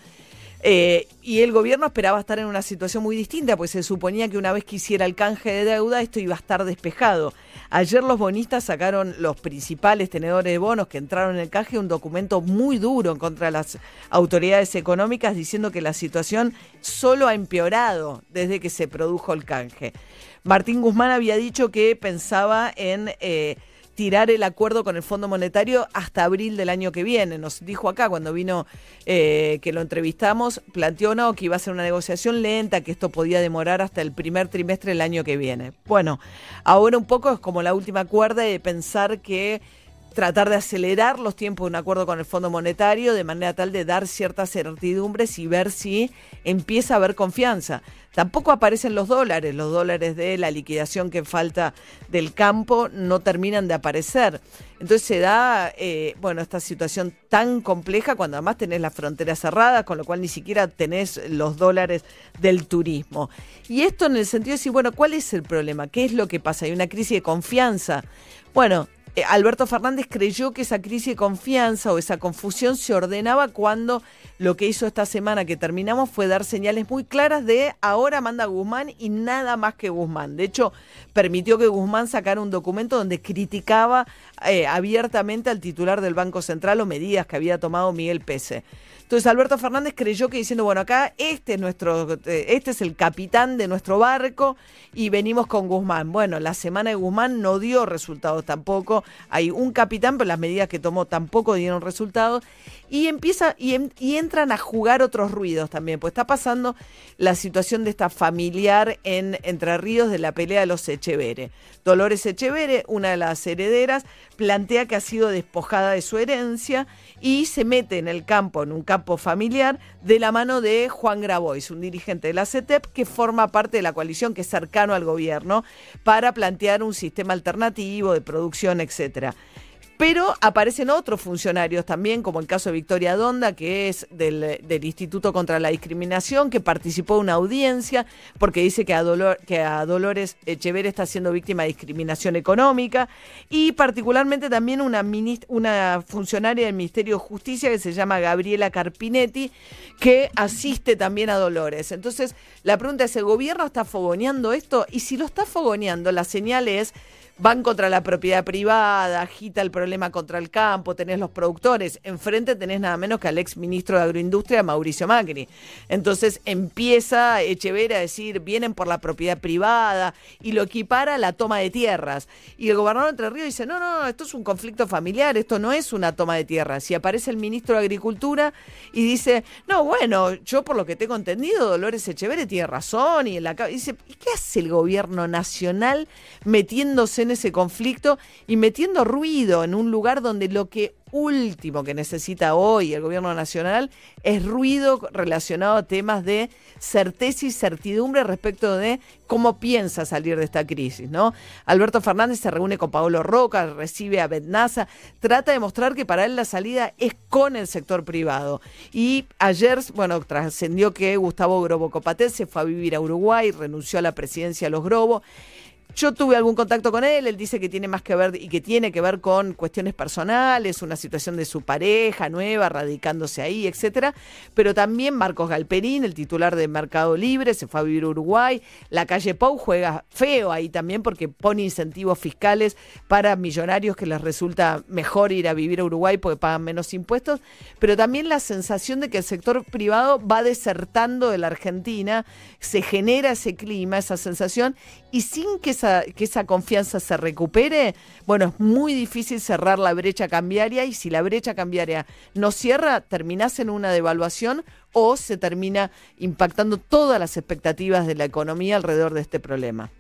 Y el gobierno esperaba estar en una situación muy distinta, pues se suponía que una vez que hiciera el canje de deuda esto iba a estar despejado. Ayer los bonistas sacaron, los principales tenedores de bonos que entraron en el canje, un documento muy duro en contra de las autoridades económicas diciendo que la situación solo ha empeorado desde que se produjo el canje. Martín Guzmán había dicho que pensaba en tirar el acuerdo con el Fondo Monetario hasta abril del año que viene. Nos dijo acá cuando vino, que lo entrevistamos, planteó que iba a ser una negociación lenta, que esto podía demorar hasta el primer trimestre del año que viene. Bueno, ahora un poco es como la última cuerda de pensar que tratar de acelerar los tiempos de un acuerdo con el Fondo Monetario de manera tal de dar ciertas certidumbres y ver si empieza a haber confianza. Tampoco aparecen los dólares de la liquidación que falta del campo no terminan de aparecer. Entonces se da esta situación tan compleja cuando además tenés las fronteras cerradas, con lo cual ni siquiera tenés los dólares del turismo. Y esto en el sentido de decir, bueno, ¿cuál es el problema? ¿Qué es lo que pasa? Hay una crisis de confianza. Bueno, Alberto Fernández creyó que esa crisis de confianza o esa confusión se ordenaba cuando lo que hizo esta semana que terminamos fue dar señales muy claras de ahora manda Guzmán y nada más que Guzmán. De hecho, permitió que Guzmán sacara un documento donde criticaba abiertamente al titular del Banco Central o medidas que había tomado Miguel Pese. Entonces Alberto Fernández creyó que diciendo, bueno, acá este es el capitán de nuestro barco y venimos con Guzmán. Bueno, la semana de Guzmán no dio resultados tampoco. Hay un capitán, pero las medidas que tomó tampoco dieron resultados. Y entran a jugar otros ruidos también, pues está pasando la situación de esta familiar en Entre Ríos de la pelea de los Echeverre. Dolores Echeverre, una de las herederas, plantea que ha sido despojada de su herencia y se mete en el campo, en un campo familiar, de la mano de Juan Grabois, un dirigente de la CETEP que forma parte de la coalición, que es cercano al gobierno, para plantear un sistema alternativo de producción, etcétera. Pero aparecen otros funcionarios también, como el caso de Victoria Donda, que es del Instituto contra la Discriminación, que participó en una audiencia porque dice que a Dolores Echeverre está siendo víctima de discriminación económica, y particularmente también una funcionaria del Ministerio de Justicia que se llama Gabriela Carpinetti, que asiste también a Dolores. Entonces, la pregunta es, ¿el gobierno está fogoneando esto? Y si lo está fogoneando, la señal es, van contra la propiedad privada, agita el problema contra el campo, tenés los productores, enfrente tenés nada menos que al ex ministro de Agroindustria, Mauricio Macri. Entonces empieza Echeverría a decir, vienen por la propiedad privada, y lo equipara a la toma de tierras. Y el gobernador de Entre Ríos dice, no, esto es un conflicto familiar, esto no es una toma de tierras. Y aparece el ministro de Agricultura y dice, no, bueno, yo por lo que tengo entendido, Dolores Echeverría tiene razón. Y dice, ¿y qué hace el gobierno nacional metiéndose en ese conflicto y metiendo ruido en un lugar donde lo que último que necesita hoy el gobierno nacional es ruido relacionado a temas de certeza y certidumbre respecto de cómo piensa salir de esta crisis, ¿no? Alberto Fernández se reúne con Paolo Roca, recibe a Betnasa, trata de mostrar que para él la salida es con el sector privado. Y ayer, bueno, trascendió que Gustavo Grobo Copatel se fue a vivir a Uruguay, renunció a la presidencia de los Grobo. Yo tuve algún contacto con él dice que tiene más que ver y que tiene que ver con cuestiones personales, una situación de su pareja nueva, radicándose ahí, etcétera. Pero también Marcos Galperín, el titular de Mercado Libre, se fue a vivir a Uruguay. La calle Pou juega feo ahí también porque pone incentivos fiscales para millonarios que les resulta mejor ir a vivir a Uruguay porque pagan menos impuestos. Pero también la sensación de que el sector privado va desertando de la Argentina, se genera ese clima, esa sensación, y sin que esa confianza se recupere, bueno, es muy difícil cerrar la brecha cambiaria, y si la brecha cambiaria no cierra, terminás en una devaluación o se termina impactando todas las expectativas de la economía alrededor de este problema.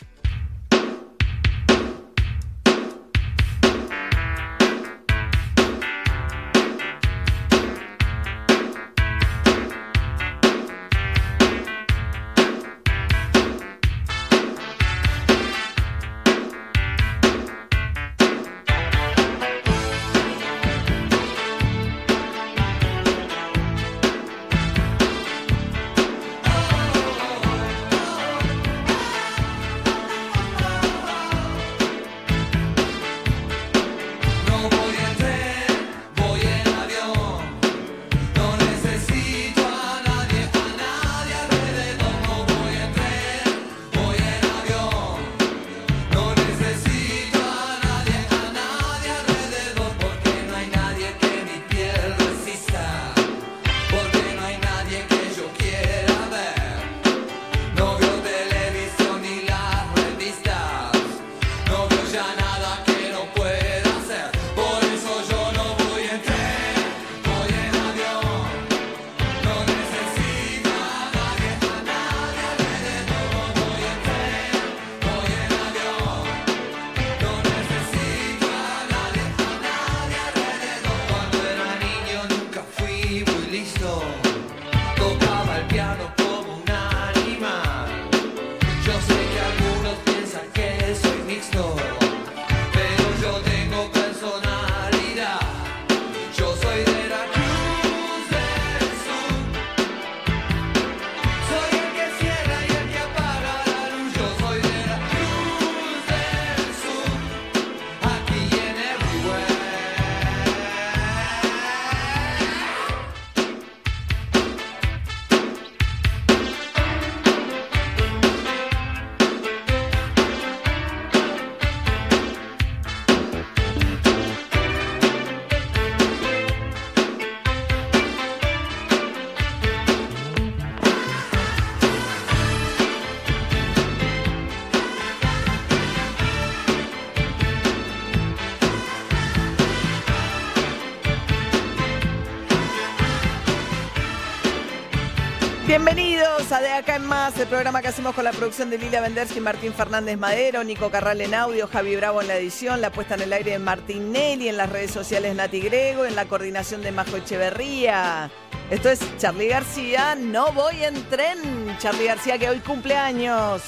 Bienvenidos a De Acá en Más, el programa que hacemos con la producción de Lilia Vendersky y Martín Fernández Madero, Nico Carral en audio, Javi Bravo en la edición, la puesta en el aire de Martín Nelly, en las redes sociales Nati Grego, en la coordinación de Majo Echeverría. Esto es Charly García, no voy en tren. Charly García, que hoy cumple años.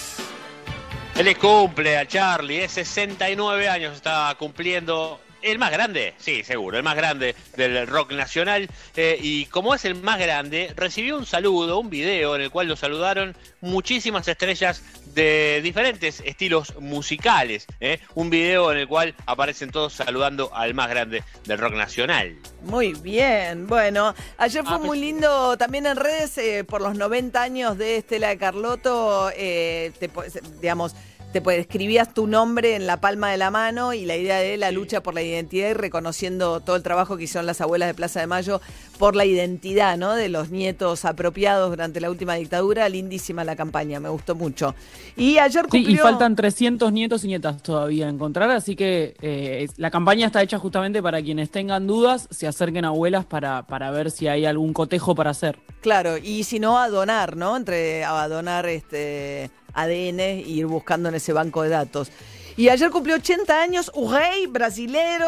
Feliz cumple a Charly, 69 años está cumpliendo. El más grande, sí, seguro, el más grande del rock nacional. Y como es el más grande, recibió un saludo, un video en el cual lo saludaron muchísimas estrellas de diferentes estilos musicales. Un video en el cual aparecen todos saludando al más grande del rock nacional. Muy bien, bueno, ayer fue muy lindo también en redes por los 90 años de Estela de Carlotto, escribías tu nombre en la palma de la mano y la idea de la lucha por la identidad y reconociendo todo el trabajo que hicieron las abuelas de Plaza de Mayo por la identidad, ¿no? De los nietos apropiados durante la última dictadura. Lindísima la campaña, me gustó mucho. Y ayer cumplió... Sí, y faltan 300 nietos y nietas todavía a encontrar, así que la campaña está hecha justamente para quienes tengan dudas, se acerquen a abuelas para ver si hay algún cotejo para hacer. Claro, y si no, a donar, ¿no? A donar ADN e ir buscando en ese banco de datos. Y ayer cumplió 80 años, rey brasilero,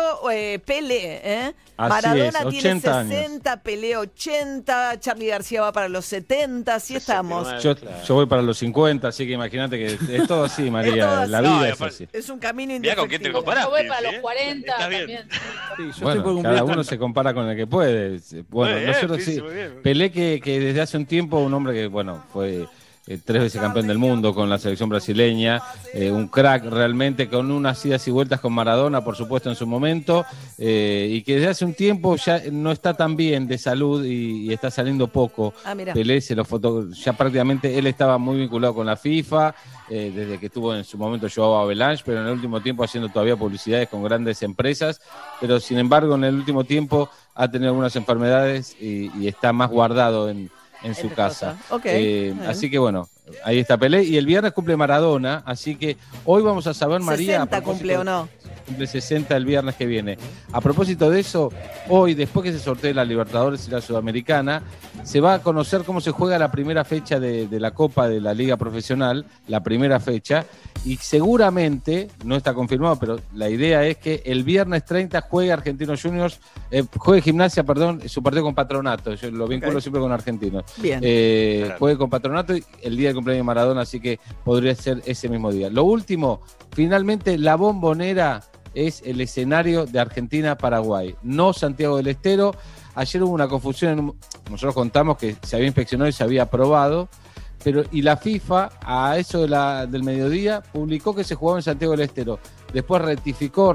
Pelé. Maradona tiene 60, años. Pelé 80, Charly García va para los 70, así estamos. Yo voy para los 50, así que imagínate que es todo así, María. Es todo así. La vida es así. Es un camino indefectible. Mirá con quién te comparás. Yo voy para los 40 también. Sí, bueno, cada uno se compara con el que puede. Bueno, nosotros sí. Pelé que desde hace un tiempo, un hombre que, bueno, fue... 3 veces campeón del mundo con la selección brasileña, un crack realmente, con unas idas y vueltas con Maradona, por supuesto, en su momento, y que desde hace un tiempo ya no está tan bien de salud y está saliendo poco. Pelé ya prácticamente él estaba muy vinculado con la FIFA, desde que estuvo en su momento llevaba Avalanche, pero en el último tiempo haciendo todavía publicidades con grandes empresas, pero sin embargo en el último tiempo ha tenido algunas enfermedades y está más guardado en su casa. Así que bueno, ahí está Pelé. Y el viernes cumple Maradona, así que hoy vamos a saber, María... 60 cumple o no. Cumple 60 el viernes que viene. A propósito de eso, hoy, después que se sortee la Libertadores y la Sudamericana, se va a conocer cómo se juega la primera fecha de la Copa de la Liga Profesional, la primera fecha, y seguramente, no está confirmado, pero la idea es que el viernes 30 juegue Argentinos Juniors, juegue Gimnasia, su partido con Patronato. Yo lo vinculo siempre con Argentinos. Bien. Juegue con Patronato el día del cumpleaños de Maradona, así que podría ser ese mismo día. Lo último, finalmente la Bombonera es el escenario de Argentina-Paraguay, no Santiago del Estero. Ayer hubo una confusión, nosotros contamos que se había inspeccionado y se había aprobado, y la FIFA a eso del mediodía publicó que se jugaba en Santiago del Estero. Después rectificó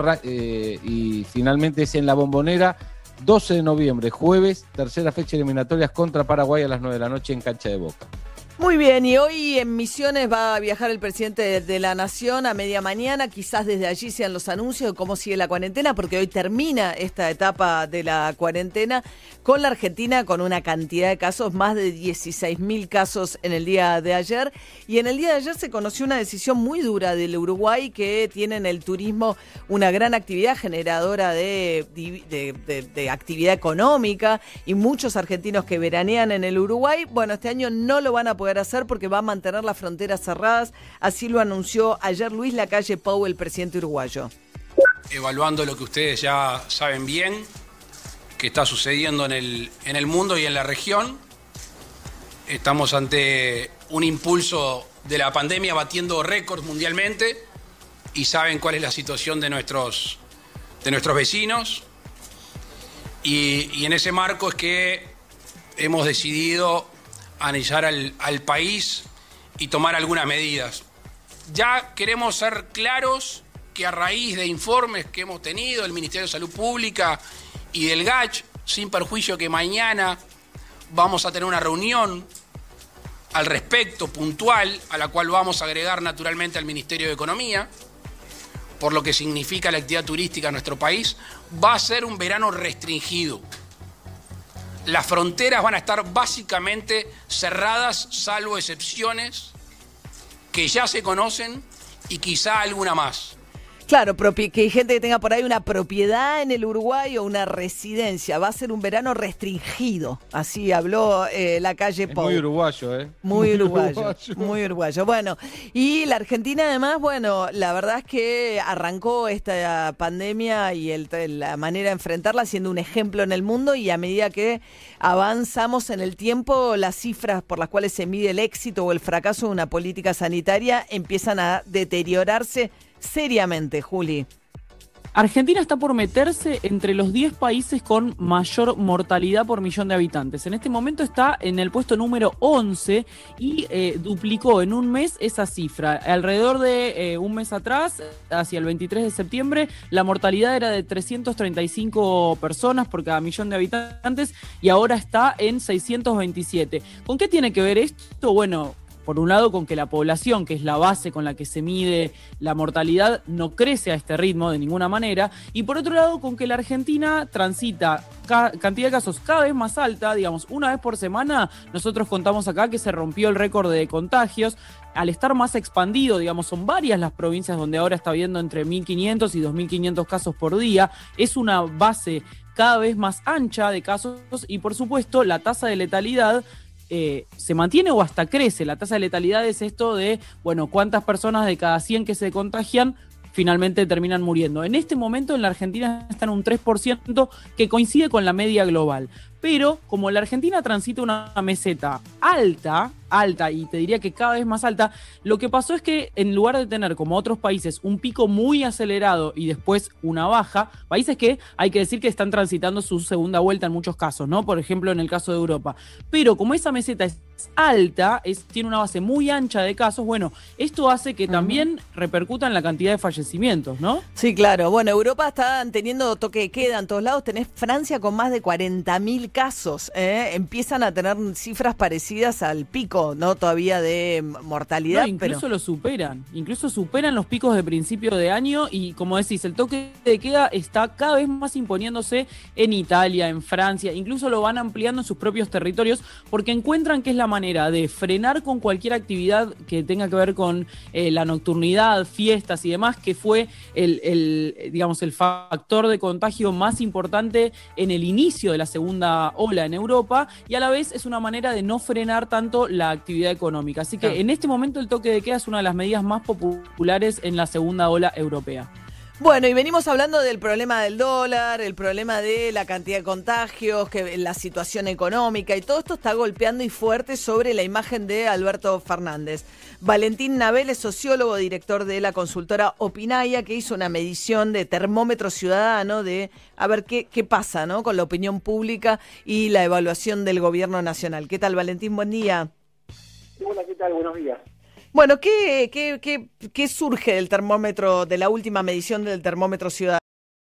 y finalmente es en la Bombonera, 12 de noviembre, jueves, tercera fecha eliminatorias contra Paraguay a las 9 de la noche en cancha de Boca. Muy bien, y hoy en Misiones va a viajar el presidente de la Nación a media mañana, quizás desde allí sean los anuncios de cómo sigue la cuarentena, porque hoy termina esta etapa de la cuarentena con la Argentina con una cantidad de casos, más de 16.000 casos en el día de ayer, y en el día de ayer se conoció una decisión muy dura del Uruguay, que tiene en el turismo una gran actividad generadora de actividad económica, y muchos argentinos que veranean en el Uruguay, bueno, este año no lo van a poder hacer porque va a mantener las fronteras cerradas, así lo anunció ayer Luis Lacalle Pou, el presidente uruguayo. Evaluando lo que ustedes ya saben bien, que está sucediendo en el mundo y en la región, estamos ante un impulso de la pandemia batiendo récords mundialmente, y saben cuál es la situación de nuestros vecinos, y en ese marco es que hemos decidido analizar al país y tomar algunas medidas. Ya queremos ser claros que a raíz de informes que hemos tenido del Ministerio de Salud Pública y del GACH, sin perjuicio que mañana vamos a tener una reunión al respecto puntual, a la cual vamos a agregar naturalmente al Ministerio de Economía, por lo que significa la actividad turística en nuestro país, va a ser un verano restringido. Las fronteras van a estar básicamente cerradas, salvo excepciones que ya se conocen y quizá alguna más. Claro, que hay gente que tenga por ahí una propiedad en el Uruguay o una residencia. Va a ser un verano restringido. Así habló Lacalle Pou. Muy uruguayo, ¿eh? Muy uruguayo. Muy uruguayo. Bueno, y la Argentina además, bueno, la verdad es que arrancó esta pandemia y la manera de enfrentarla siendo un ejemplo en el mundo, y a medida que avanzamos en el tiempo, las cifras por las cuales se mide el éxito o el fracaso de una política sanitaria empiezan a deteriorarse seriamente, Juli. Argentina está por meterse entre los 10 países con mayor mortalidad por millón de habitantes. En este momento está en el puesto número 11 y duplicó en un mes esa cifra. Alrededor de un mes atrás, hacia el 23 de septiembre, la mortalidad era de 335 personas por cada millón de habitantes y ahora está en 627. ¿Con qué tiene que ver esto? Bueno, por un lado, con que la población, que es la base con la que se mide la mortalidad, no crece a este ritmo de ninguna manera. Y por otro lado, con que la Argentina transita cantidad de casos cada vez más alta. Digamos, una vez por semana, nosotros contamos acá que se rompió el récord de contagios. Al estar más expandido, digamos, son varias las provincias donde ahora está habiendo entre 1.500 y 2.500 casos por día. Es una base cada vez más ancha de casos y, por supuesto, la tasa de letalidad se mantiene o hasta crece. La tasa de letalidad es esto de, bueno, cuántas personas de cada 100 que se contagian finalmente terminan muriendo. En este momento en la Argentina está en un 3% que coincide con la media global. Pero como la Argentina transita una meseta alta, y te diría que cada vez más alta, lo que pasó es que en lugar de tener, como otros países, un pico muy acelerado y después una baja, países que hay que decir que están transitando su segunda vuelta en muchos casos, ¿no? Por ejemplo, en el caso de Europa. Pero como esa meseta es alta, tiene una base muy ancha de casos, bueno, esto hace que también repercuta en la cantidad de fallecimientos, ¿no? Sí, claro. Bueno, Europa está teniendo toque de queda en todos lados. Tenés Francia con más de 40.000 casos. Empiezan a tener cifras parecidas al pico, ¿no? Todavía de mortalidad. No, incluso lo superan. Incluso superan los picos de principio de año y, como decís, el toque de queda está cada vez más imponiéndose en Italia, en Francia. Incluso lo van ampliando en sus propios territorios porque encuentran que es la manera de frenar con cualquier actividad que tenga que ver con la nocturnidad, fiestas y demás, que fue digamos, el factor de contagio más importante en el inicio de la segunda ola en Europa, y a la vez es una manera de no frenar tanto la actividad económica. Así que en este momento el toque de queda es una de las medidas más populares en la segunda ola europea. Bueno, y venimos hablando del problema del dólar, el problema de la cantidad de contagios, que la situación económica, y todo esto está golpeando y fuerte sobre la imagen de Alberto Fernández. Valentín Nabel es sociólogo, director de la consultora Opinaya, que hizo una medición de termómetro ciudadano de a ver qué pasa, ¿no?, con la opinión pública y la evaluación del gobierno nacional. ¿Qué tal, Valentín? Buen día. Hola, ¿qué tal? Buenos días. Bueno, ¿qué surge del termómetro, de la última medición del termómetro ciudadano?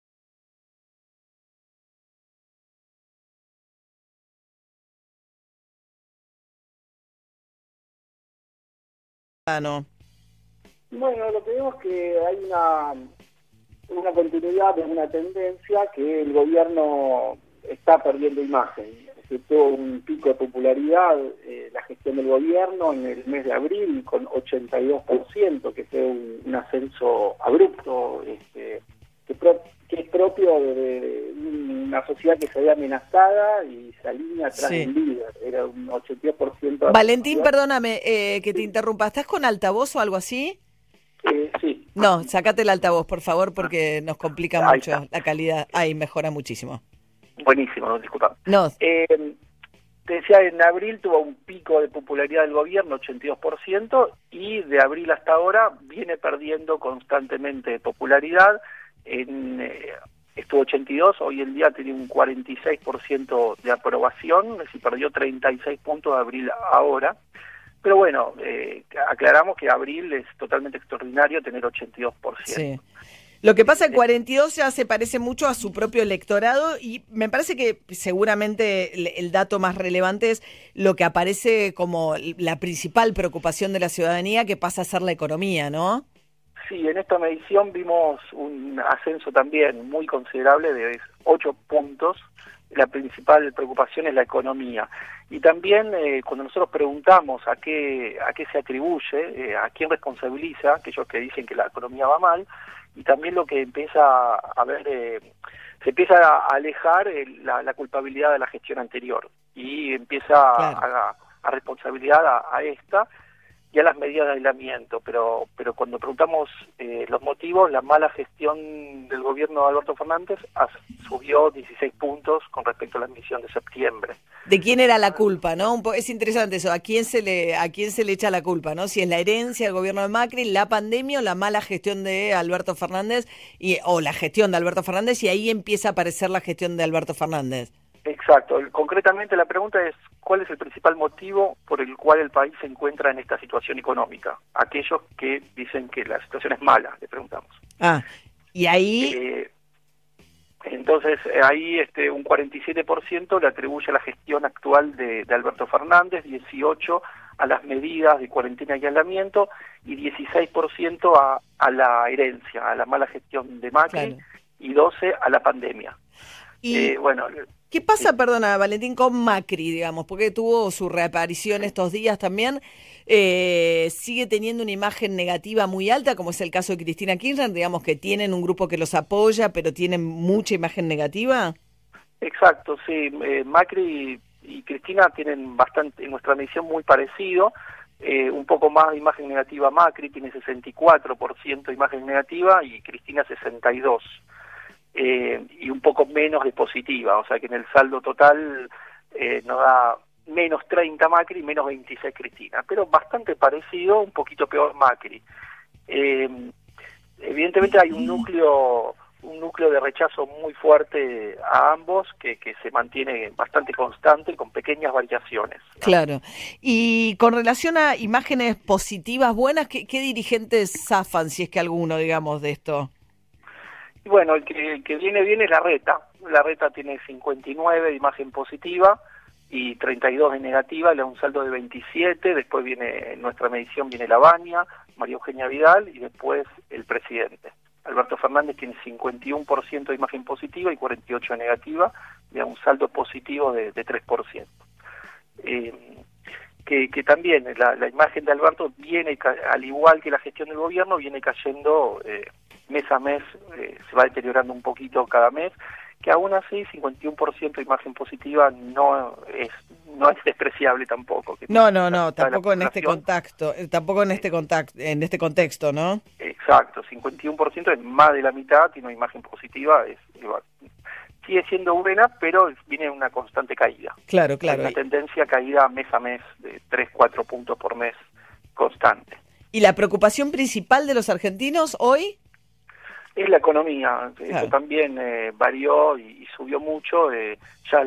Bueno, lo que vemos es que hay una continuidad, una tendencia que el gobierno está perdiendo imagen. Se tuvo un pico de popularidad la gestión del gobierno en el mes de abril con 82%, que fue un ascenso abrupto, que es propio de una sociedad que se ve amenazada y se alinea atrás del líder. Era un 82%. Valentín, perdóname que te interrumpa. ¿Estás con altavoz o algo así? Sí. No, sacate el altavoz, por favor, porque nos complica Ahí mucho está. la calidad. Ahí mejora muchísimo. Buenísimo, disculpa. No. Te decía, en abril tuvo un pico de popularidad del gobierno, 82%, y de abril hasta ahora viene perdiendo constantemente popularidad. Estuvo 82, hoy en día tiene un 46% de aprobación, es decir, perdió 36 puntos de abril a ahora. Pero bueno, aclaramos que abril es totalmente extraordinario tener 82%. Sí. Lo que pasa, el 42 ya se parece mucho a su propio electorado y me parece que seguramente el dato más relevante es lo que aparece como la principal preocupación de la ciudadanía, que pasa a ser la economía, ¿no? Sí, en esta medición vimos un ascenso también muy considerable de 8 puntos. La principal preocupación es la economía. Y también cuando nosotros preguntamos a qué se atribuye, a quién responsabiliza, aquellos que dicen que la economía va mal, y también lo que empieza a ver, se empieza a alejar la culpabilidad de la gestión anterior y empieza a responsabilidad a esta. y a las medidas de aislamiento, pero cuando preguntamos los motivos, la mala gestión del gobierno de Alberto Fernández subió 16 puntos con respecto a la emisión de septiembre. ¿De quién era la culpa, no? Es interesante eso, ¿a quién se le echa la culpa, no? Si es la herencia del gobierno de Macri, la pandemia o la mala gestión de Alberto Fernández, o la gestión de Alberto Fernández, y ahí empieza a aparecer la gestión de Alberto Fernández. Exacto. Concretamente la pregunta es, ¿cuál es el principal motivo por el cual el país se encuentra en esta situación económica? Aquellos que dicen que la situación es mala, le preguntamos. Y ahí... Entonces, ahí un 47% le atribuye a la gestión actual de Alberto Fernández, 18% a las medidas de cuarentena y aislamiento, y 16% a la herencia, a la mala gestión de Macri, y 12% a la pandemia. Y ¿qué pasa, perdona, Valentín, con Macri, digamos? Porque tuvo su reaparición estos días también. Sigue teniendo una imagen negativa muy alta, como es el caso de Cristina Kirchner, digamos que tienen un grupo que los apoya, pero tienen mucha imagen negativa. Exacto, sí. Macri y Cristina tienen bastante, en nuestra medición, muy parecido. Un poco más de imagen negativa Macri, tiene 64% de imagen negativa y Cristina 62%. Y un poco menos de positiva, o sea que en el saldo total nos da menos 30 Macri, menos 26 Cristina, pero bastante parecido, un poquito peor Macri. Evidentemente hay un núcleo de rechazo muy fuerte a ambos que se mantiene bastante constante con pequeñas variaciones, ¿no? Claro. Y con relación a imágenes positivas buenas, ¿qué dirigentes zafan, si es que alguno, digamos, de esto? Y bueno, el que viene bien es Larreta. Larreta tiene 59 de imagen positiva y 32 de negativa, le da un saldo de 27, después viene, en nuestra medición viene Labaña, María Eugenia Vidal y después el presidente. Alberto Fernández tiene 51% de imagen positiva y 48% de negativa, le da un saldo positivo de 3%. Que también la imagen de Alberto viene, al igual que la gestión del gobierno, viene cayendo mes a mes, se va deteriorando un poquito cada mes, que aún así 51% de imagen positiva no es despreciable tampoco. No, tampoco en este contexto, en este contexto, ¿no? Exacto, 51% es más de la mitad, tiene una imagen positiva, sigue siendo buena, pero viene una constante caída. Claro. Hay una tendencia caída mes a mes de 3-4 puntos por mes constante. ¿Y la preocupación principal de los argentinos hoy? Es la economía. Claro. Eso también varió y subió mucho. Ya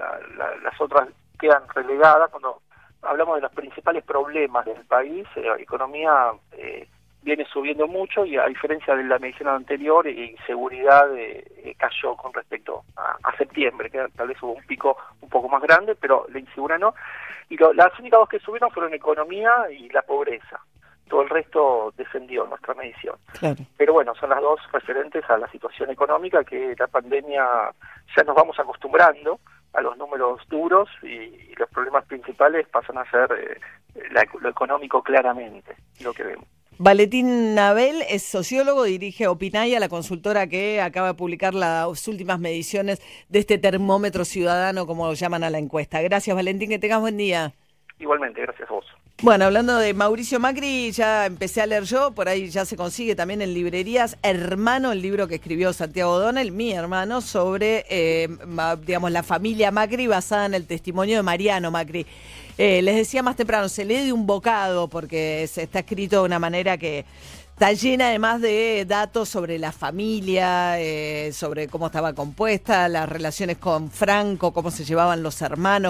las otras quedan relegadas. Cuando hablamos de los principales problemas del país, la economía viene subiendo mucho y a diferencia de la medición anterior, inseguridad cayó con respecto a septiembre, que tal vez hubo un pico un poco más grande, pero la inseguridad no. Y las únicas dos que subieron fueron economía y la pobreza. Todo el resto descendió en nuestra medición. Claro. Pero bueno, son las dos referentes a la situación económica, que la pandemia ya nos vamos acostumbrando a los números duros y los problemas principales pasan a ser lo económico claramente, lo que vemos. Valentín Nabel es sociólogo, dirige Opinaya, la consultora que acaba de publicar las últimas mediciones de este termómetro ciudadano, como lo llaman a la encuesta. Gracias, Valentín, que tengas buen día. Igualmente, gracias a vos. Bueno, hablando de Mauricio Macri, ya empecé a leer yo, por ahí ya se consigue también en librerías, Hermano, el libro que escribió Santiago O'Donnell, mi hermano, sobre, digamos, la familia Macri basada en el testimonio de Mariano Macri. Les decía más temprano, se lee de un bocado porque se está escrito de una manera que está llena además de datos sobre la familia, sobre cómo estaba compuesta, las relaciones con Franco, cómo se llevaban los hermanos,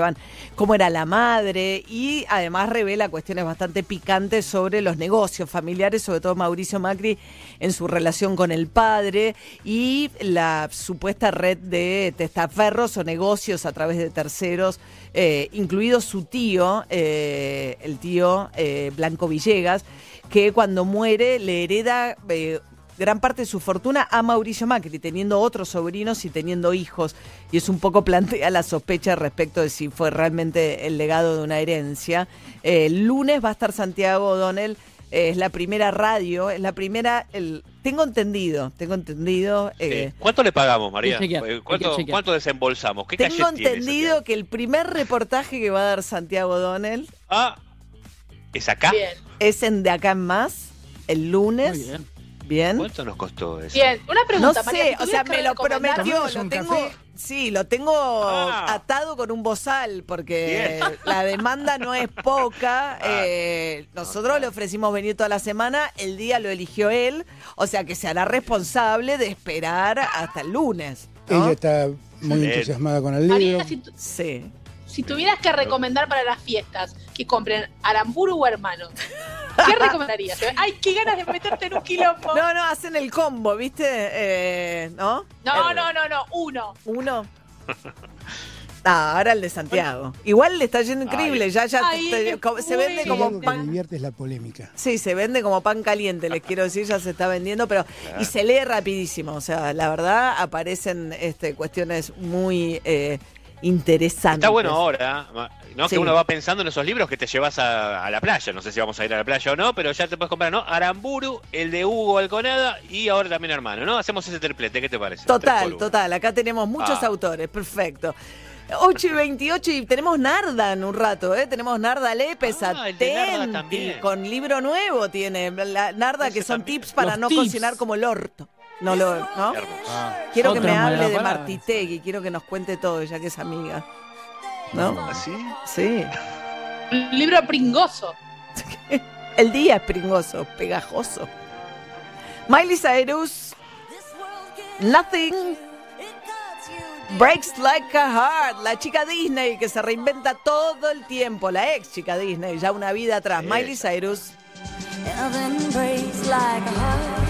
cómo era la madre, y además revela cuestiones bastante picantes sobre los negocios familiares, sobre todo Mauricio Macri en su relación con el padre y la supuesta red de testaferros o negocios a través de terceros, incluido su tío, el tío Blanco Villegas, que cuando muere le hereda gran parte de su fortuna a Mauricio Macri, teniendo otros sobrinos y teniendo hijos. Y es un poco plantea la sospecha respecto de si fue realmente el legado de una herencia. El lunes va a estar Santiago O'Donnell, es la primera radio, es la primera... Tengo entendido. ¿Cuánto le pagamos, María? ¿Cuánto desembolsamos? ¿Qué tengo entendido que el primer reportaje que va a dar Santiago O'Donnell... ¿Es acá? Bien. Es en De Acá en Más, el lunes. Muy bien. Bien. ¿Cuánto nos costó eso? Bien, una pregunta, No María, sé, si o sea, tuvieras me que lo recomendar- prometió, ¿Tomamos lo un tengo, café? sí, lo tengo atado con un bozal, porque la demanda no es poca. Nosotros le ofrecimos venir toda la semana, el día lo eligió él, o sea que se hará responsable de esperar hasta el lunes, ¿no? Ella está muy Bien. entusiasmada con el libro. María, Sí. si tuvieras que recomendar para las fiestas que compren Aramburu o Hermanos, ¿qué recomendarías? ¡Ay, qué ganas de meterte en un quilombo! No, hacen el combo, ¿viste? ¿No? No, uno. ¿Uno? Ahora el de Santiago. Igual le está yendo increíble, ya Ay, se vende Si como algo que me pan. divierte es la polémica. Sí, se vende como pan caliente, les quiero decir, ya se está vendiendo, pero y se lee rapidísimo, o sea, la verdad aparecen cuestiones muy interesantes. Está bueno ahora, ¿no? Sí. Que uno va pensando en esos libros que te llevas a la playa. No sé si vamos a ir a la playa o no, pero ya te puedes comprar, ¿no? Aramburu, el de Hugo Alconada y ahora también Hermano, ¿no? Hacemos ese triplete, ¿qué te parece? 3 por 1. Total, acá tenemos muchos autores, perfecto. 8:28 y tenemos Narda en un rato, ¿eh? Tenemos Narda Lépez, el de Narda atenti, también. con libro nuevo tiene, la Narda, que son tips para Los no tips. cocinar como el orto. ¿No? Hermoso. Quiero que Otra me hable mala de palabra. Martitegui, quiero que nos cuente todo, ya que es amiga. ¿No? ¿Así? Sí. Libro pringoso. El día es pringoso, pegajoso. Miley Cyrus, Nothing Breaks Like a Heart, la chica Disney que se reinventa todo el tiempo, la ex chica Disney, ya una vida atrás. Miley Cyrus. Nothing breaks like a heart.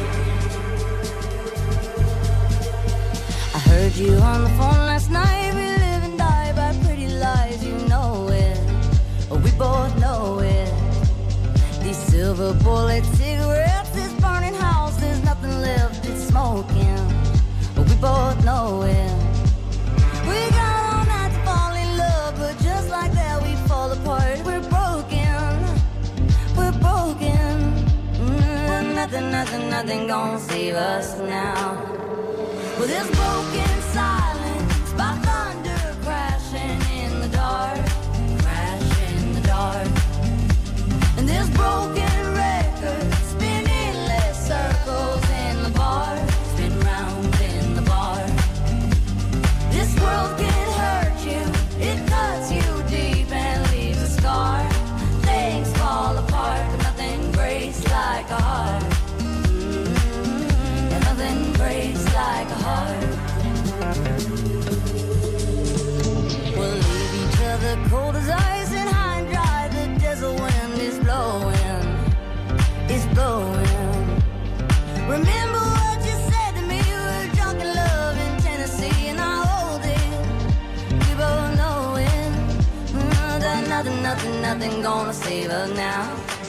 I heard you on the phone last night. We live and die by pretty lies. You know it, we both know it. These silver bullet cigarettes, this burning house, there's nothing left, it's smoking. We both know it. We got all night to fall in love, but just like that we fall apart. We're broken, we're broken. Nothing gonna save us now. Well, this broken silence by thunder crashing in the dark, crashing in the dark. And this broken record spinning less circles in the bar, spin round in the bar. This world can hurt you, it cuts you deep and leaves a scar. Things fall apart, but nothing breaks like a heart. And nothing breaks like a heart. We'll leave each other cold as ice and high and dry. The desert wind is blowing, it's blowing. Remember what you said to me, we were drunk in love in Tennessee, and I hold it, we both know it. That nothing gonna save us now.